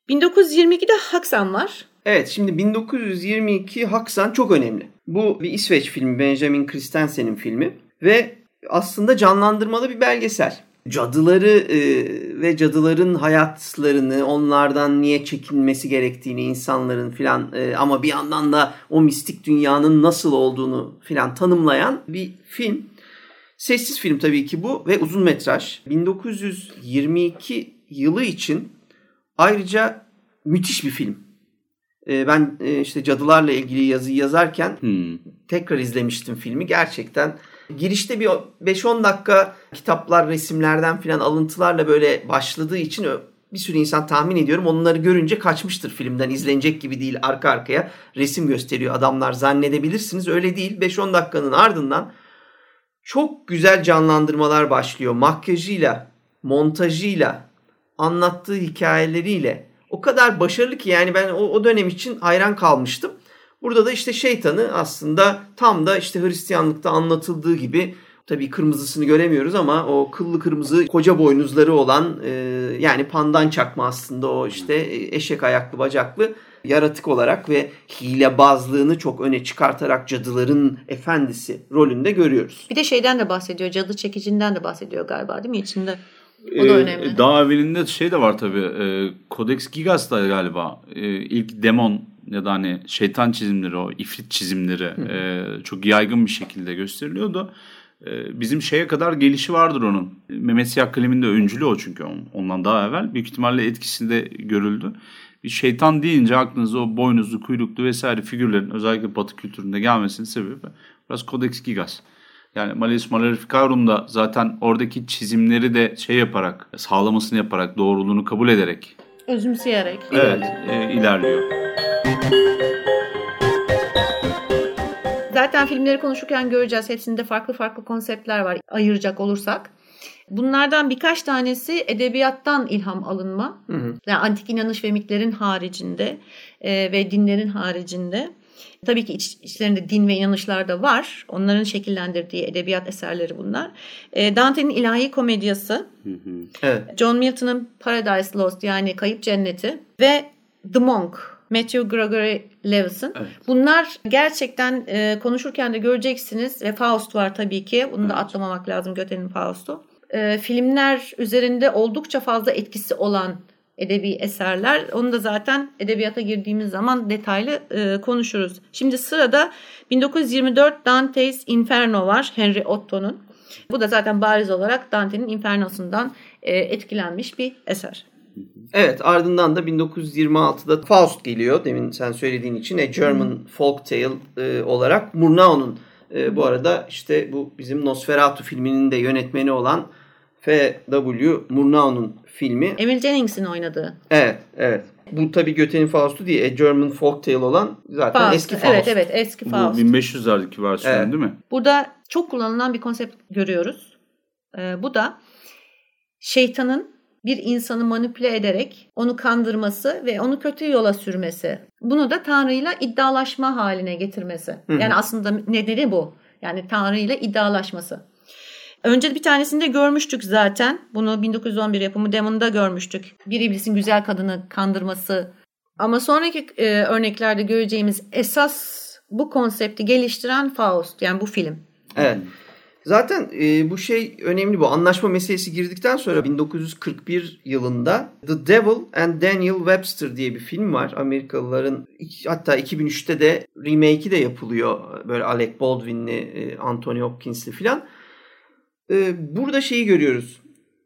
1922'de Haksan var. Evet, şimdi 1922 Haksan çok önemli. Bu bir İsveç filmi, Benjamin Christensen'in filmi ve aslında canlandırmalı bir belgesel. Cadıları ve cadıların hayatlarını, onlardan niye çekinmesi gerektiğini insanların filan ama bir yandan da o mistik dünyanın nasıl olduğunu filan tanımlayan bir film. Sessiz film tabii ki bu ve uzun metraj. 1922 yılı için ayrıca müthiş bir film. Ben işte cadılarla ilgili yazıyı yazarken tekrar izlemiştim filmi. Gerçekten girişte bir 5-10 dakika kitaplar, resimlerden filan alıntılarla böyle başladığı için bir sürü insan tahmin ediyorum onları görünce kaçmıştır filmden. İzlenecek gibi değil, arka arkaya resim gösteriyor adamlar zannedebilirsiniz. Öyle değil. 5-10 dakikanın ardından çok güzel canlandırmalar başlıyor. Makyajıyla, montajıyla, anlattığı hikayeleriyle o kadar başarılı ki yani ben o dönem için hayran kalmıştım. Burada da işte şeytanı aslında tam da işte Hristiyanlıkta anlatıldığı gibi, tabii kırmızısını göremiyoruz ama o kıllı kırmızı koca boynuzları olan yani pandan çakma aslında o işte eşek ayaklı bacaklı yaratık olarak ve hilebazlığını çok öne çıkartarak cadıların efendisi rolünde görüyoruz. Bir de şeyden de bahsediyor, cadı çekicinden de bahsediyor galiba değil mi içinde? O da önemli. Daha evvelinde şey de var tabii. Codex Gigas'ta galiba ilk demon ya da hani şeytan çizimleri, o ifrit çizimleri çok yaygın bir şekilde gösteriliyordu. Bizim şeye kadar gelişi vardır onun. Mehmet Siyah Kalem'in de öncülü o çünkü ondan daha evvel. Büyük ihtimalle etkisi de görüldü. Bir şeytan deyince aklınıza o boynuzlu, kuyruklu vesaire figürlerin özellikle Batı kültüründe gelmesinin sebebi biraz Codex Gigas. Yani Malleus Maleficarum da zaten oradaki çizimleri de şey yaparak, sağlamasını yaparak, doğruluğunu kabul ederek, özümseyerek. Evet, ilerliyor. Zaten filmleri konuşurken göreceğiz. Hepsinde farklı farklı konseptler var ayıracak olursak. Bunlardan birkaç tanesi edebiyattan ilham alınma. Yani antik inanış ve mitlerin haricinde ve dinlerin haricinde. Tabii ki içlerinde din ve inanışlar da var. Onların şekillendirdiği edebiyat eserleri bunlar. Dante'nin İlahi Komedyası, Evet. John Milton'ın Paradise Lost yani Kayıp Cenneti ve The Monk, Matthew Gregory Lewis'in. Evet. Bunlar gerçekten konuşurken de göreceksiniz ve Faust var tabii ki. Bunu da atlamamak lazım, Goethe'nin Faust'u. Filmler üzerinde oldukça fazla etkisi olan edebi eserler. Onu da zaten edebiyata girdiğimiz zaman detaylı konuşuruz. Şimdi sırada 1924 Dante's Inferno var, Henry Otto'nun. Bu da zaten bariz olarak Dante'nin Inferno'sundan etkilenmiş bir eser. Evet, ardından da 1926'da Faust geliyor. Demin sen söylediğin için A German Folk Tale olarak Murnau'nun bu arada işte bu bizim Nosferatu filminin de yönetmeni olan F.W. Murnau'nun filmi. Emil Jennings'in oynadığı. Evet. Bu tabii Goethe'nin Faust'u değil, A German Folk Tale olan zaten Faust. Eski Faust. Evet, eski Faust. Bu 1500'lerdeki versiyonu değil mi? Burada çok kullanılan bir konsept görüyoruz. Bu da şeytanın bir insanı manipüle ederek onu kandırması ve onu kötü yola sürmesi. Bunu da Tanrı'yla iddialaşma haline getirmesi. Yani aslında nedeni bu. Yani Tanrı'yla iddialaşması. Önce bir tanesini de görmüştük zaten. Bunu 1911 yapımı Demon'da görmüştük. Bir iblisin güzel kadını kandırması. Ama sonraki örneklerde göreceğimiz esas bu konsepti geliştiren Faust. Yani bu film. Evet. Zaten bu şey önemli, bu anlaşma meselesi girdikten sonra 1941 yılında The Devil and Daniel Webster diye bir film var. Amerikalıların, hatta 2003'te de remake'i de yapılıyor. Böyle Alec Baldwin'li, Anthony Hopkins'li filan. Burada şeyi görüyoruz.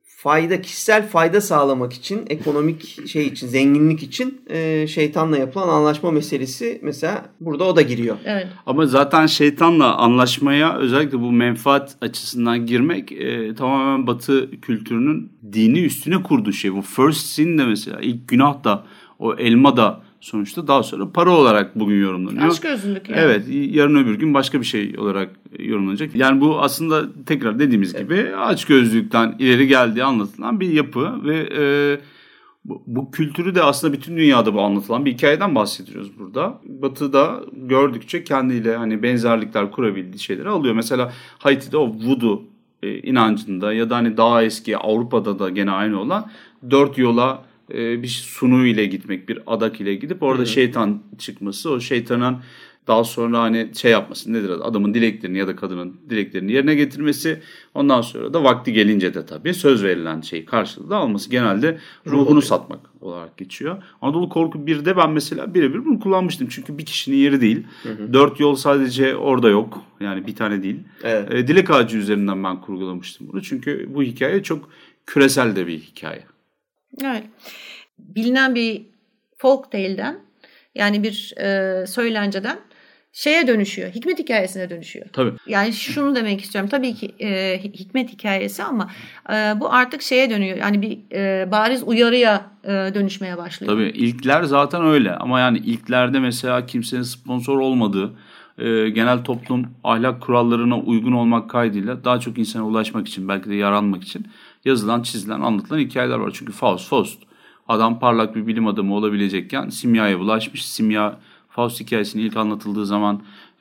Kişisel fayda sağlamak için, ekonomik şey için, zenginlik için şeytanla yapılan anlaşma meselesi mesela burada o da giriyor. Evet. Ama zaten şeytanla anlaşmaya özellikle bu menfaat açısından girmek tamamen Batı kültürünün dini üstüne kurduğu şey. Bu first sin de mesela ilk günah da o elma da sonuçta daha sonra para olarak bugün yorumlanıyor. Açgözlülük yani. Evet, yarın öbür gün başka bir şey olarak yorumlanacak. Yani bu aslında tekrar dediğimiz gibi açgözlülükten ileri geldiği anlatılan bir yapı ve bu kültürü de aslında bütün dünyada bu anlatılan bir hikayeden bahsediyoruz burada. Batı'da gördükçe kendiyle hani benzerlikler kurabildiği şeyleri alıyor. Mesela Haiti'de o voodoo inancında ya da hani daha eski Avrupa'da da gene aynı olan 4 yola bir sunu ile gitmek, bir adak ile gidip orada şeytan çıkması, o şeytanın daha sonra hani şey yapması, nedir adamın dileklerini ya da kadının dileklerini yerine getirmesi, ondan sonra da vakti gelince de tabii söz verilen şeyi karşılığı da alması, genelde ruhunu satmak olarak geçiyor. Anadolu Korku 1'de ben mesela birebir bunu kullanmıştım. Çünkü bir kişinin yeri değil. 4 yol sadece orada yok. Yani bir tane değil. Evet. Dilek Ağacı üzerinden ben kurgulamıştım bunu. Çünkü bu hikaye çok küresel de bir hikaye. Evet. Bilinen bir folk tale'den, yani bir söylenceden şeye dönüşüyor. Hikmet hikayesine dönüşüyor. Tabii. Yani şunu demek istiyorum. Tabii ki hikmet hikayesi ama bu artık şeye dönüyor. Yani bir bariz uyarıya dönüşmeye başlıyor. Tabii ilkler zaten öyle. Ama yani ilklerde mesela kimsenin sponsor olmadığı, genel toplum ahlak kurallarına uygun olmak kaydıyla daha çok insana ulaşmak için, belki de yaranmak için yazılan, çizilen, anlatılan hikayeler var. Çünkü Faust. Adam parlak bir bilim adamı olabilecekken simyaya bulaşmış. Simya, Faust hikayesinin ilk anlatıldığı zaman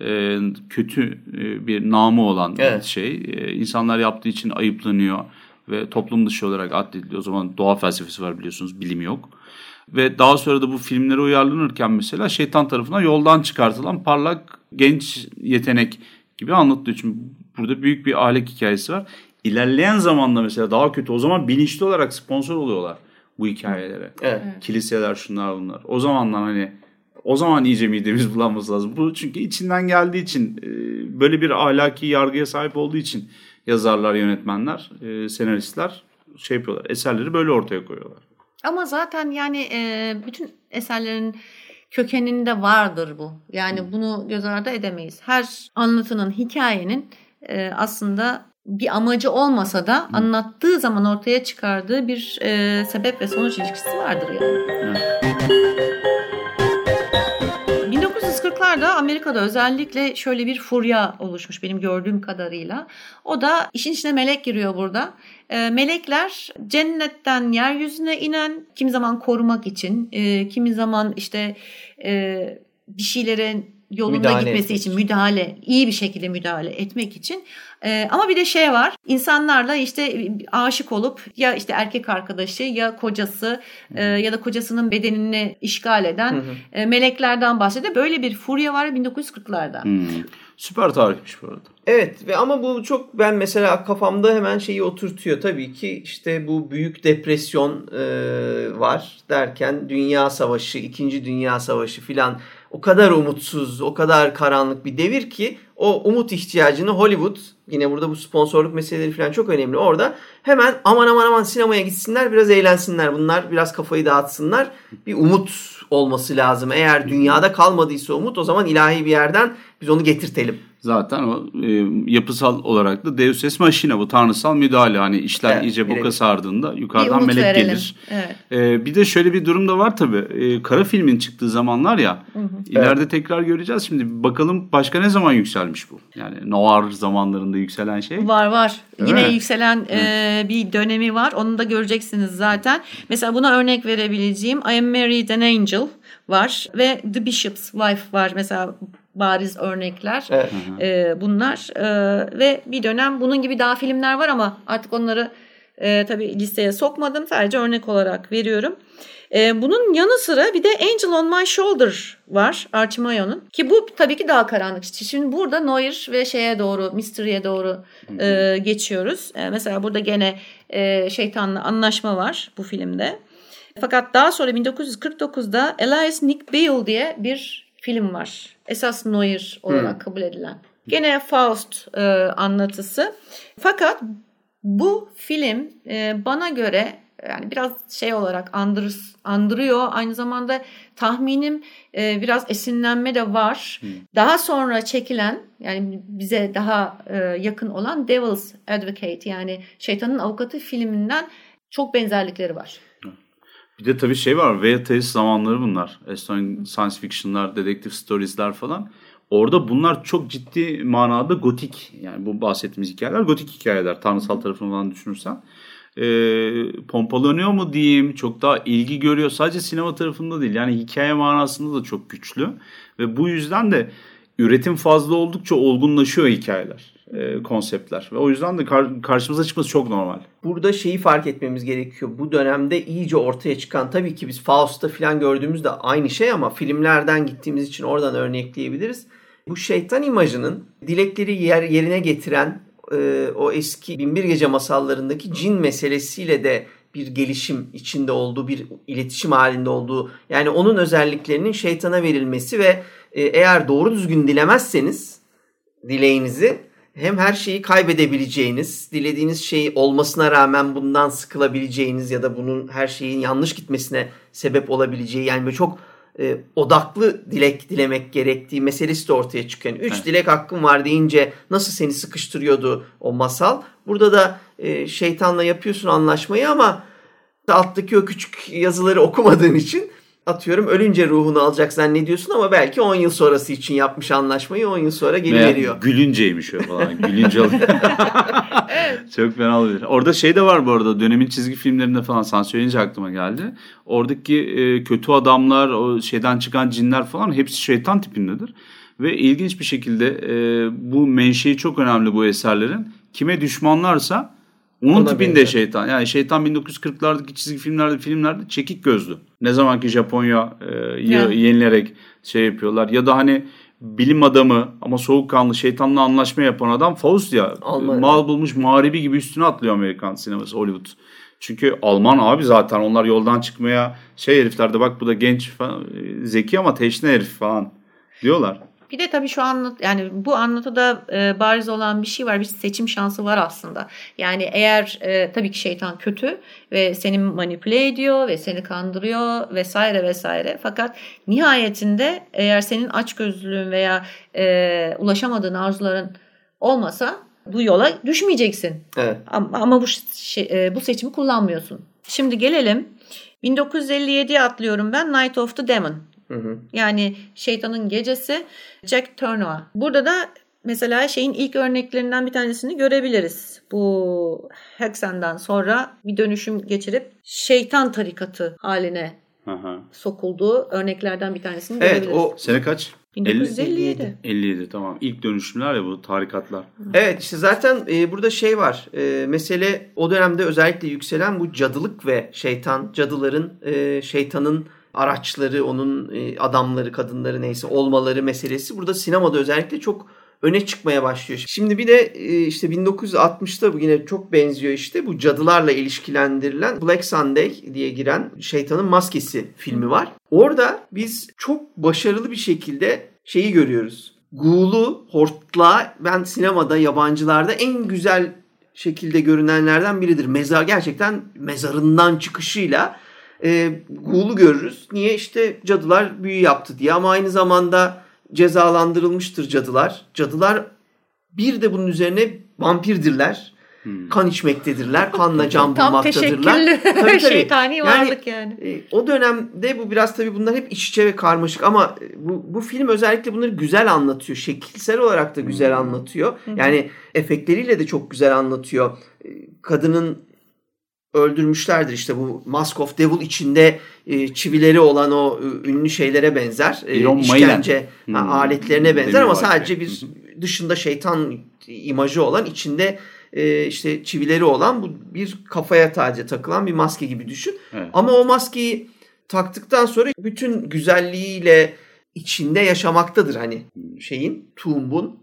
kötü bir namı olan şey. İnsanlar yaptığı için ayıplanıyor ve toplum dışı olarak addediliyor. O zaman doğa felsefesi var, biliyorsunuz, bilim yok. Ve daha sonra da bu filmlere uyarlanırken mesela şeytan tarafından yoldan çıkartılan parlak genç yetenek gibi anlatılıyor. Çünkü burada büyük bir ahlak hikayesi var. İlerleyen zamanda mesela daha kötü. O zaman bilinçli olarak sponsor oluyorlar bu hikayelere. Evet. Kiliseler, şunlar bunlar. O zamandan hani o zaman iyice midemiz bulanması lazım. Bu çünkü içinden geldiği için, böyle bir ahlaki yargıya sahip olduğu için yazarlar, yönetmenler, senaristler şey yapıyorlar. Eserleri böyle ortaya koyuyorlar. Ama zaten yani bütün eserlerin kökeninde vardır bu. Yani bunu göz ardı edemeyiz. Her anlatının, hikayenin aslında bir amacı olmasa da anlattığı zaman ortaya çıkardığı bir sebep ve sonuç ilişkisi vardır yani. Evet. 1940'larda Amerika'da özellikle şöyle bir furya oluşmuş benim gördüğüm kadarıyla. O da işin içine melek giriyor burada. Melekler cennetten yeryüzüne inen, kimi zaman korumak için, kimi zaman işte bir şeylerin yolunda gitmesi için iyi bir şekilde müdahale etmek için. Ama bir de şey var, insanlarla işte aşık olup ya işte erkek arkadaşı ya kocası ya da kocasının bedenini işgal eden meleklerden bahsediyor. Böyle bir furya var 1940'larda. Süper tarihmiş bu arada. Evet ve ama bu çok, ben mesela kafamda hemen şeyi oturtuyor. Tabii ki işte bu büyük depresyon var derken Dünya Savaşı, 2. Dünya Savaşı filan, o kadar umutsuz, o kadar karanlık bir devir ki o umut ihtiyacını Hollywood, yine burada bu sponsorluk meseleleri falan çok önemli. Orada hemen aman sinemaya gitsinler, biraz eğlensinler bunlar, biraz kafayı dağıtsınlar. Bir umut olması lazım. Eğer dünyada kalmadıysa umut, o zaman ilahi bir yerden biz onu getirtelim. Zaten o yapısal olarak da Deus Ex Machina, bu tanrısal müdahale. Hani işler iyice boka sardığında yukarıdan melek gelir. Evet. Bir de şöyle bir durum da var tabii. Kara filmin çıktığı zamanlar ya. İleride tekrar göreceğiz. Şimdi bakalım başka ne zaman yükselmiş bu? Yani noir zamanlarında yükselen şey. Var. Yine yükselen bir dönemi var. Onu da göreceksiniz zaten. Mesela buna örnek verebileceğim I Am Married an Angel var ve The Bishop's Wife var mesela, bariz örnekler. Bunlar ve bir dönem bunun gibi daha filmler var ama artık onları tabii listeye sokmadım, sadece örnek olarak veriyorum. Bunun yanı sıra bir de Angel on My Shoulder var, Archimayo'nun, ki bu tabii ki daha karanlık. Şimdi burada noir ve şeye doğru, mystery'e doğru geçiyoruz. Mesela burada gene şeytanla anlaşma var bu filmde. Fakat daha sonra 1949'da Elias Nick Beale diye bir film var. Esas noir olarak kabul edilen. Gene Faust anlatısı. Fakat bu film bana göre yani biraz şey olarak andırıyor. Aynı zamanda tahminim biraz esinlenme de var. Daha sonra çekilen, yani bize daha yakın olan Devil's Advocate, yani Şeytanın Avukatı filminden çok benzerlikleri var. Bir de tabii şey var, VHS zamanları bunlar. Science fiction'lar, dedektif stories'ler falan. Orada bunlar çok ciddi manada gotik. Yani bu bahsettiğimiz hikayeler gotik hikayeler. Tanrısal tarafını falan düşünürsen. Pompalanıyor mu diyeyim, çok daha ilgi görüyor. Sadece sinema tarafında değil, yani hikaye manasında da çok güçlü. Ve bu yüzden de üretim fazla oldukça olgunlaşıyor hikayeler. konseptler. Ve o yüzden de karşımıza çıkması çok normal. Burada şeyi fark etmemiz gerekiyor. Bu dönemde iyice ortaya çıkan, tabii ki biz Faust'ta falan gördüğümüzde aynı şey ama filmlerden gittiğimiz için oradan örnekleyebiliriz. Bu şeytan imajının dilekleri yerine getiren o eski Binbir Gece masallarındaki cin meselesiyle de bir gelişim içinde olduğu, bir iletişim halinde olduğu, yani onun özelliklerinin şeytana verilmesi ve eğer doğru düzgün dilemezseniz dileğinizi, hem her şeyi kaybedebileceğiniz, dilediğiniz şey olmasına rağmen bundan sıkılabileceğiniz ya da bunun her şeyin yanlış gitmesine sebep olabileceği, yani böyle çok odaklı dilek dilemek gerektiği meselesi de ortaya çıkıyor. Yani 3 dilek hakkım var deyince nasıl seni sıkıştırıyordu o masal. Burada da şeytanla yapıyorsun anlaşmayı ama alttaki o küçük yazıları okumadığın için, atıyorum, ölünce ruhunu alacak zannediyorsun ama belki 10 yıl sonrası için yapmış anlaşmayı, 10 yıl sonra geri veriyor. Gülünceymiş o falan. Gülünce alıyor. Çok fena olabilir. Orada şey de var bu arada, dönemin çizgi filmlerinde falan, sen söyleyince aklıma geldi. Oradaki kötü adamlar, o şeyden çıkan cinler falan hepsi şeytan tipindedir. Ve ilginç bir şekilde bu menşei çok önemli bu eserlerin. Kime düşmanlarsa onun tipinde benzer şeytan. Yani şeytan 1940'lardaki çizgi filmlerde çekik gözlü. Ne zamanki Japonya yenilerek şey yapıyorlar. Ya da hani bilim adamı ama soğukkanlı, şeytanla anlaşma yapan adam Faust ya. Mal bulmuş muharibi gibi üstüne atlıyor Amerikan sineması, Hollywood. Çünkü Alman abi zaten, onlar yoldan çıkmaya heriflerde, bak bu da genç falan, zeki ama teşne herif falan diyorlar. Bir de tabii şu yani bu anlatıda bariz olan bir şey var. Bir seçim şansı var aslında. Yani eğer tabii ki şeytan kötü ve seni manipüle ediyor ve seni kandırıyor vesaire vesaire. Fakat nihayetinde eğer senin açgözlülüğün veya ulaşamadığın arzuların olmasa bu yola düşmeyeceksin. Evet. Ama bu seçimi kullanmıyorsun. Şimdi gelelim 1957'ye atlıyorum ben. Night of the Demon. Yani Şeytanın Gecesi, Jack Turner. Burada da mesela şeyin ilk örneklerinden bir tanesini görebiliriz. Bu Hexen'den sonra bir dönüşüm geçirip şeytan tarikatı haline sokulduğu örneklerden bir tanesini görebiliriz. O sene kaç? 1957. 57 tamam. İlk dönüşümler ya bu tarikatlar. Evet, işte zaten burada şey var. Mesele o dönemde özellikle yükselen bu cadılık ve cadıların şeytanın araçları, onun adamları, kadınları neyse olmaları meselesi burada sinemada özellikle çok öne çıkmaya başlıyor. Şimdi bir de işte 1960'ta bu yine çok benziyor, işte bu cadılarla ilişkilendirilen Black Sunday diye giren Şeytanın Maskesi filmi var. Orada biz çok başarılı bir şekilde şeyi görüyoruz. Ghoul'u, hortlağı ben sinemada, yabancılarda en güzel şekilde görünenlerden biridir. Gerçekten mezarından çıkışıyla Ghoul'u görürüz. Niye? İşte cadılar büyü yaptı diye, ama aynı zamanda cezalandırılmıştır cadılar. Cadılar bir de bunun üzerine vampirdirler. Kan içmektedirler. Kanla can bulmaktadırlar. Tabii. Şeytani varlık yani. O dönemde bu biraz tabii bunlar hep iç içe ve karmaşık, ama bu film özellikle bunları güzel anlatıyor. Şekilsel olarak da güzel anlatıyor. Yani efektleriyle de çok güzel anlatıyor. Kadının öldürmüşlerdir işte bu Mask of Devil içinde çivileri olan o ünlü şeylere benzer. İşkence aletlerine benzer ama sadece bir dışında şeytan imajı olan, içinde işte çivileri olan bu bir kafaya takılan bir maske gibi düşün. Evet. Ama o maskeyi taktıktan sonra bütün güzelliğiyle içinde yaşamaktadır hani Tuğum'un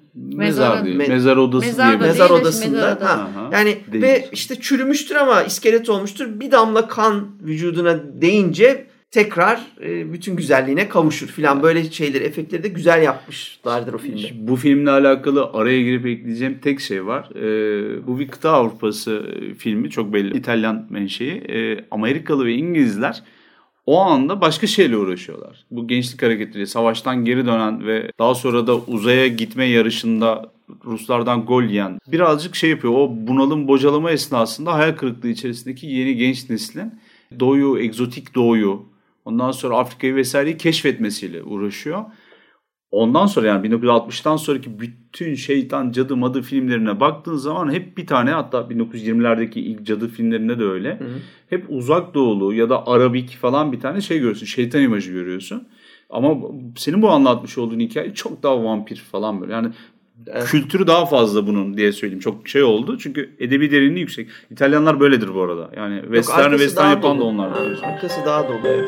mezar odası mezar odasında. Yani ve işte çürümüştür ama iskelet olmuştur. Bir damla kan vücuduna değince tekrar bütün güzelliğine kavuşur filan, böyle şeyleri, efektleri de güzel yapmışlardır o filmde. Bu filmle alakalı araya girip ekleyeceğim tek şey var. Bu bir kıta Avrupası filmi, çok belli İtalyan menşei. Amerikalı ve İngilizler o anda başka şeyle uğraşıyorlar. Bu gençlik hareketleri, savaştan geri dönen ve daha sonra da uzaya gitme yarışında Ruslardan gol yiyen birazcık şey yapıyor. O bunalım, bocalama esnasında hayal kırıklığı içerisindeki yeni genç neslin doğuyu, egzotik doğuyu, ondan sonra Afrika'yı vesaireyi keşfetmesiyle uğraşıyor. Ondan sonra yani 1960'tan sonraki bütün şeytan, cadı, madı filmlerine baktığın zaman hep bir tane, hatta 1920'lerdeki ilk cadı filmlerinde de öyle. Hı hı. Hep uzak doğulu ya da Arabik falan bir tane şey görüyorsun. Şeytan imajı görüyorsun. Ama senin bu anlatmış olduğun hikaye çok daha vampir falan böyle. Yani kültürü daha fazla bunun diye söyleyeyim. Çok şey oldu çünkü edebi derinliği yüksek. İtalyanlar böyledir bu arada. Yani western yapan da onlar. Arkası daha dolu. Evet.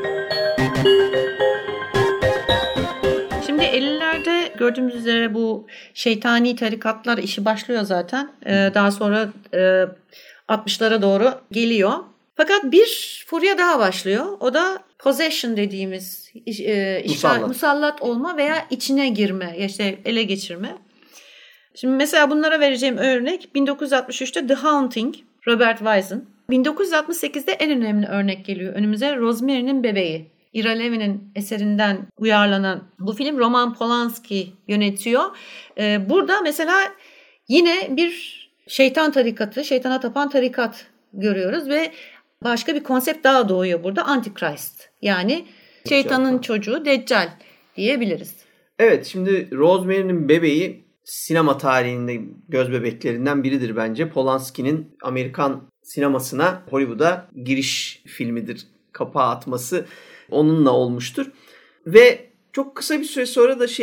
Şimdi 50'lerde gördüğümüz üzere bu şeytani tarikatlar işi başlıyor zaten. Daha sonra 60'lara doğru geliyor. Fakat bir furya daha başlıyor. O da possession dediğimiz musallat olma veya içine girme, işte ele geçirme. Şimdi mesela bunlara vereceğim örnek 1963'te The Haunting, Robert Wise'ın. 1968'de en önemli örnek geliyor önümüze, Rosemary'nin Bebeği. Ira Levin'in eserinden uyarlanan bu film Roman Polanski yönetiyor. Burada mesela yine bir şeytan tarikatı, şeytana tapan tarikat görüyoruz ve başka bir konsept daha doğuyor burada. Antichrist. Yani şeytanın çocuğu Deccal diyebiliriz. Evet, şimdi Rosemary'nin Bebeği sinema tarihinde göz bebeklerinden biridir bence. Polanski'nin Amerikan sinemasına, Hollywood'a giriş filmidir. Kapağı atması onunla olmuştur. Ve çok kısa bir süre sonra da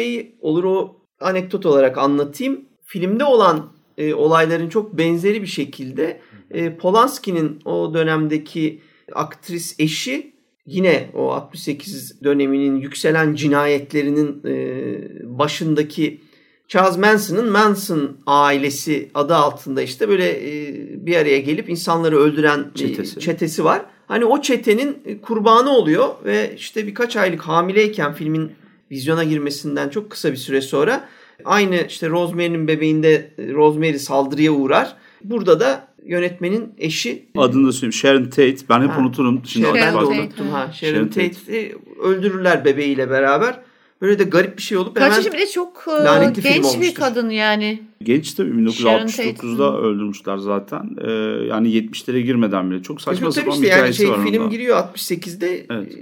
o anekdot olarak anlatayım. Filmde olan olayların çok benzeri bir şekilde Polanski'nin o dönemdeki aktris eşi yine o 68 döneminin yükselen cinayetlerinin başındaki Charles Manson'ın Manson ailesi adı altında işte böyle bir araya gelip insanları öldüren çetesi var. Hani o çetenin kurbanı oluyor ve işte birkaç aylık hamileyken filmin vizyona girmesinden çok kısa bir süre sonra aynı işte Rosemary'nin Bebeği'nde Rosemary saldırıya uğrar. Burada da yönetmenin eşi. Adını da söyleyeyim. Sharon Tate. Ben hep unuturum. Şimdi ben de unuttum. Sharon Tate'i öldürürler bebeğiyle beraber. Böyle de garip bir şey olup hemen Kaçı bile çok genç bir kadın yani. Genç tabii 1969'da öldürmüşler zaten. Yani 70'lere girmeden bile. Çok saçma sapan bir hikayesi var. Film giriyor 68'de. Evet.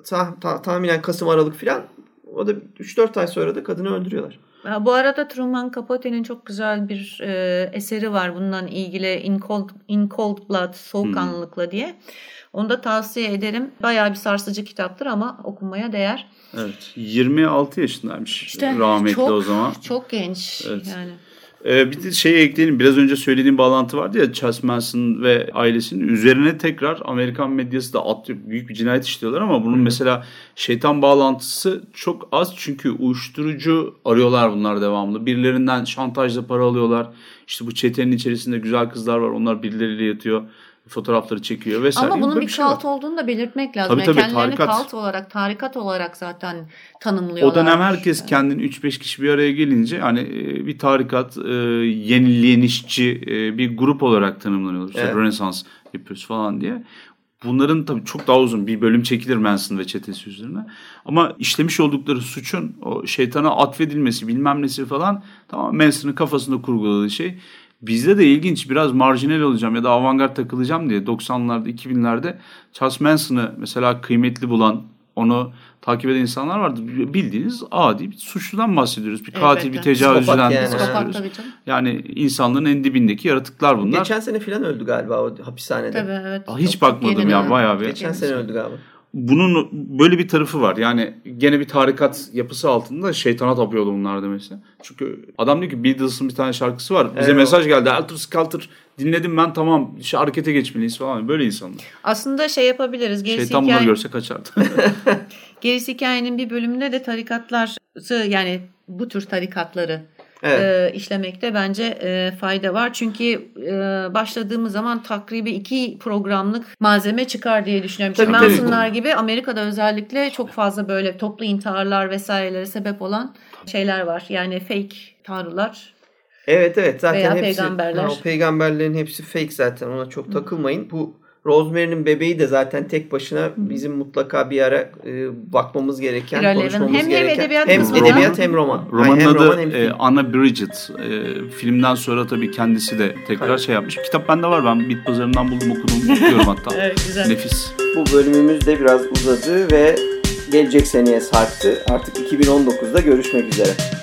Tahminen Kasım Aralık falan. O da 3-4 ay sonra da kadını öldürüyorlar. Bu arada Truman Capote'nin çok güzel bir eseri var bundan ilgili In Cold Blood, Soğukkanlılıkla diye. Onu da tavsiye ederim. Bayağı bir sarsıcı kitaptır ama okunmaya değer. Evet. 26 yaşındaymış işte, rahmetli o zaman. Çok genç evet. Yani. Bir de ekleyelim. Biraz önce söylediğim bağlantı vardı ya Charles Manson ve ailesinin üzerine tekrar Amerikan medyası da atlıyor. Büyük bir cinayet işliyorlar ama bunun mesela şeytan bağlantısı çok az. Çünkü uyuşturucu arıyorlar bunlar devamlı. Birilerinden şantajla para alıyorlar. İşte bu çetenin içerisinde güzel kızlar var. Onlar birileriyle yatıyor. Fotoğrafları çekiyor vesaire. Ama bunun bir kalt olduğunu da belirtmek lazım. Tabii, kendilerini kalt olarak, tarikat olarak zaten tanımlıyorlar. O dönem herkes kendini 3-5 kişi bir araya gelince hani bir tarikat, yenilenişçi bir grup olarak tanımlanıyorlar. İşte Rönesans yapıyoruz falan diye. Bunların tabii çok daha uzun bir bölüm çekilir Manson ve çetesi üzerine. Ama işlemiş oldukları suçun o şeytana atfedilmesi bilmem nesi falan tamam Manson'ın kafasında kurguladığı şey. Bizde de ilginç biraz marjinal olacağım ya da avantgard takılacağım diye 90'larda 2000'lerde Charles Manson'ı mesela kıymetli bulan onu takip eden insanlar vardı. Bildiğiniz adi bir suçludan bahsediyoruz. Bir katil, bir tecavüzcüden bahsediyoruz. Yani insanların en dibindeki yaratıklar bunlar. Geçen sene falan öldü galiba o hapishanede. Tabii evet. Hiç bakmadım ya bayağı bir. Geçen sene öldü galiba. Bunun böyle bir tarafı var. Yani gene bir tarikat yapısı altında şeytana tapıyordu bunlar demesi. Çünkü adam diyor ki Beatles'ın bir tane şarkısı var. Bize mesaj geldi. Helter Skelter dinledim ben tamam harekete geçmeliyiz falan. Böyle insanlar. Aslında yapabiliriz. Şeytan bunları görse kaçardı. Gerisi hikayenin bir bölümünde de tarikatlar yani bu tür tarikatları işlemekte bence fayda var. Çünkü başladığımız zaman takribi 2 programlık malzeme çıkar diye düşünüyorum. Çünkü Manson'lar gibi Amerika'da özellikle çok fazla böyle toplu intiharlar vesairelere sebep olan şeyler var. Yani fake tanrılar. Evet zaten veya hepsi peygamberler. O peygamberlerin hepsi fake zaten ona çok takılmayın. Bu Rosemary'nin Bebeği de zaten tek başına bizim mutlaka bir ara bakmamız gereken, konuşmamız gereken. Hem edebiyat hem roman. Romanın adı Anna Bridget. Filmden sonra tabii kendisi de tekrar yapmış. Kitap bende var. Ben Bit Pazarı'ndan buldum okudum. Okuyorum hatta. Evet, güzel. Nefis. Bu bölümümüz de biraz uzadı ve gelecek seneye sarktı. Artık 2019'da görüşmek üzere.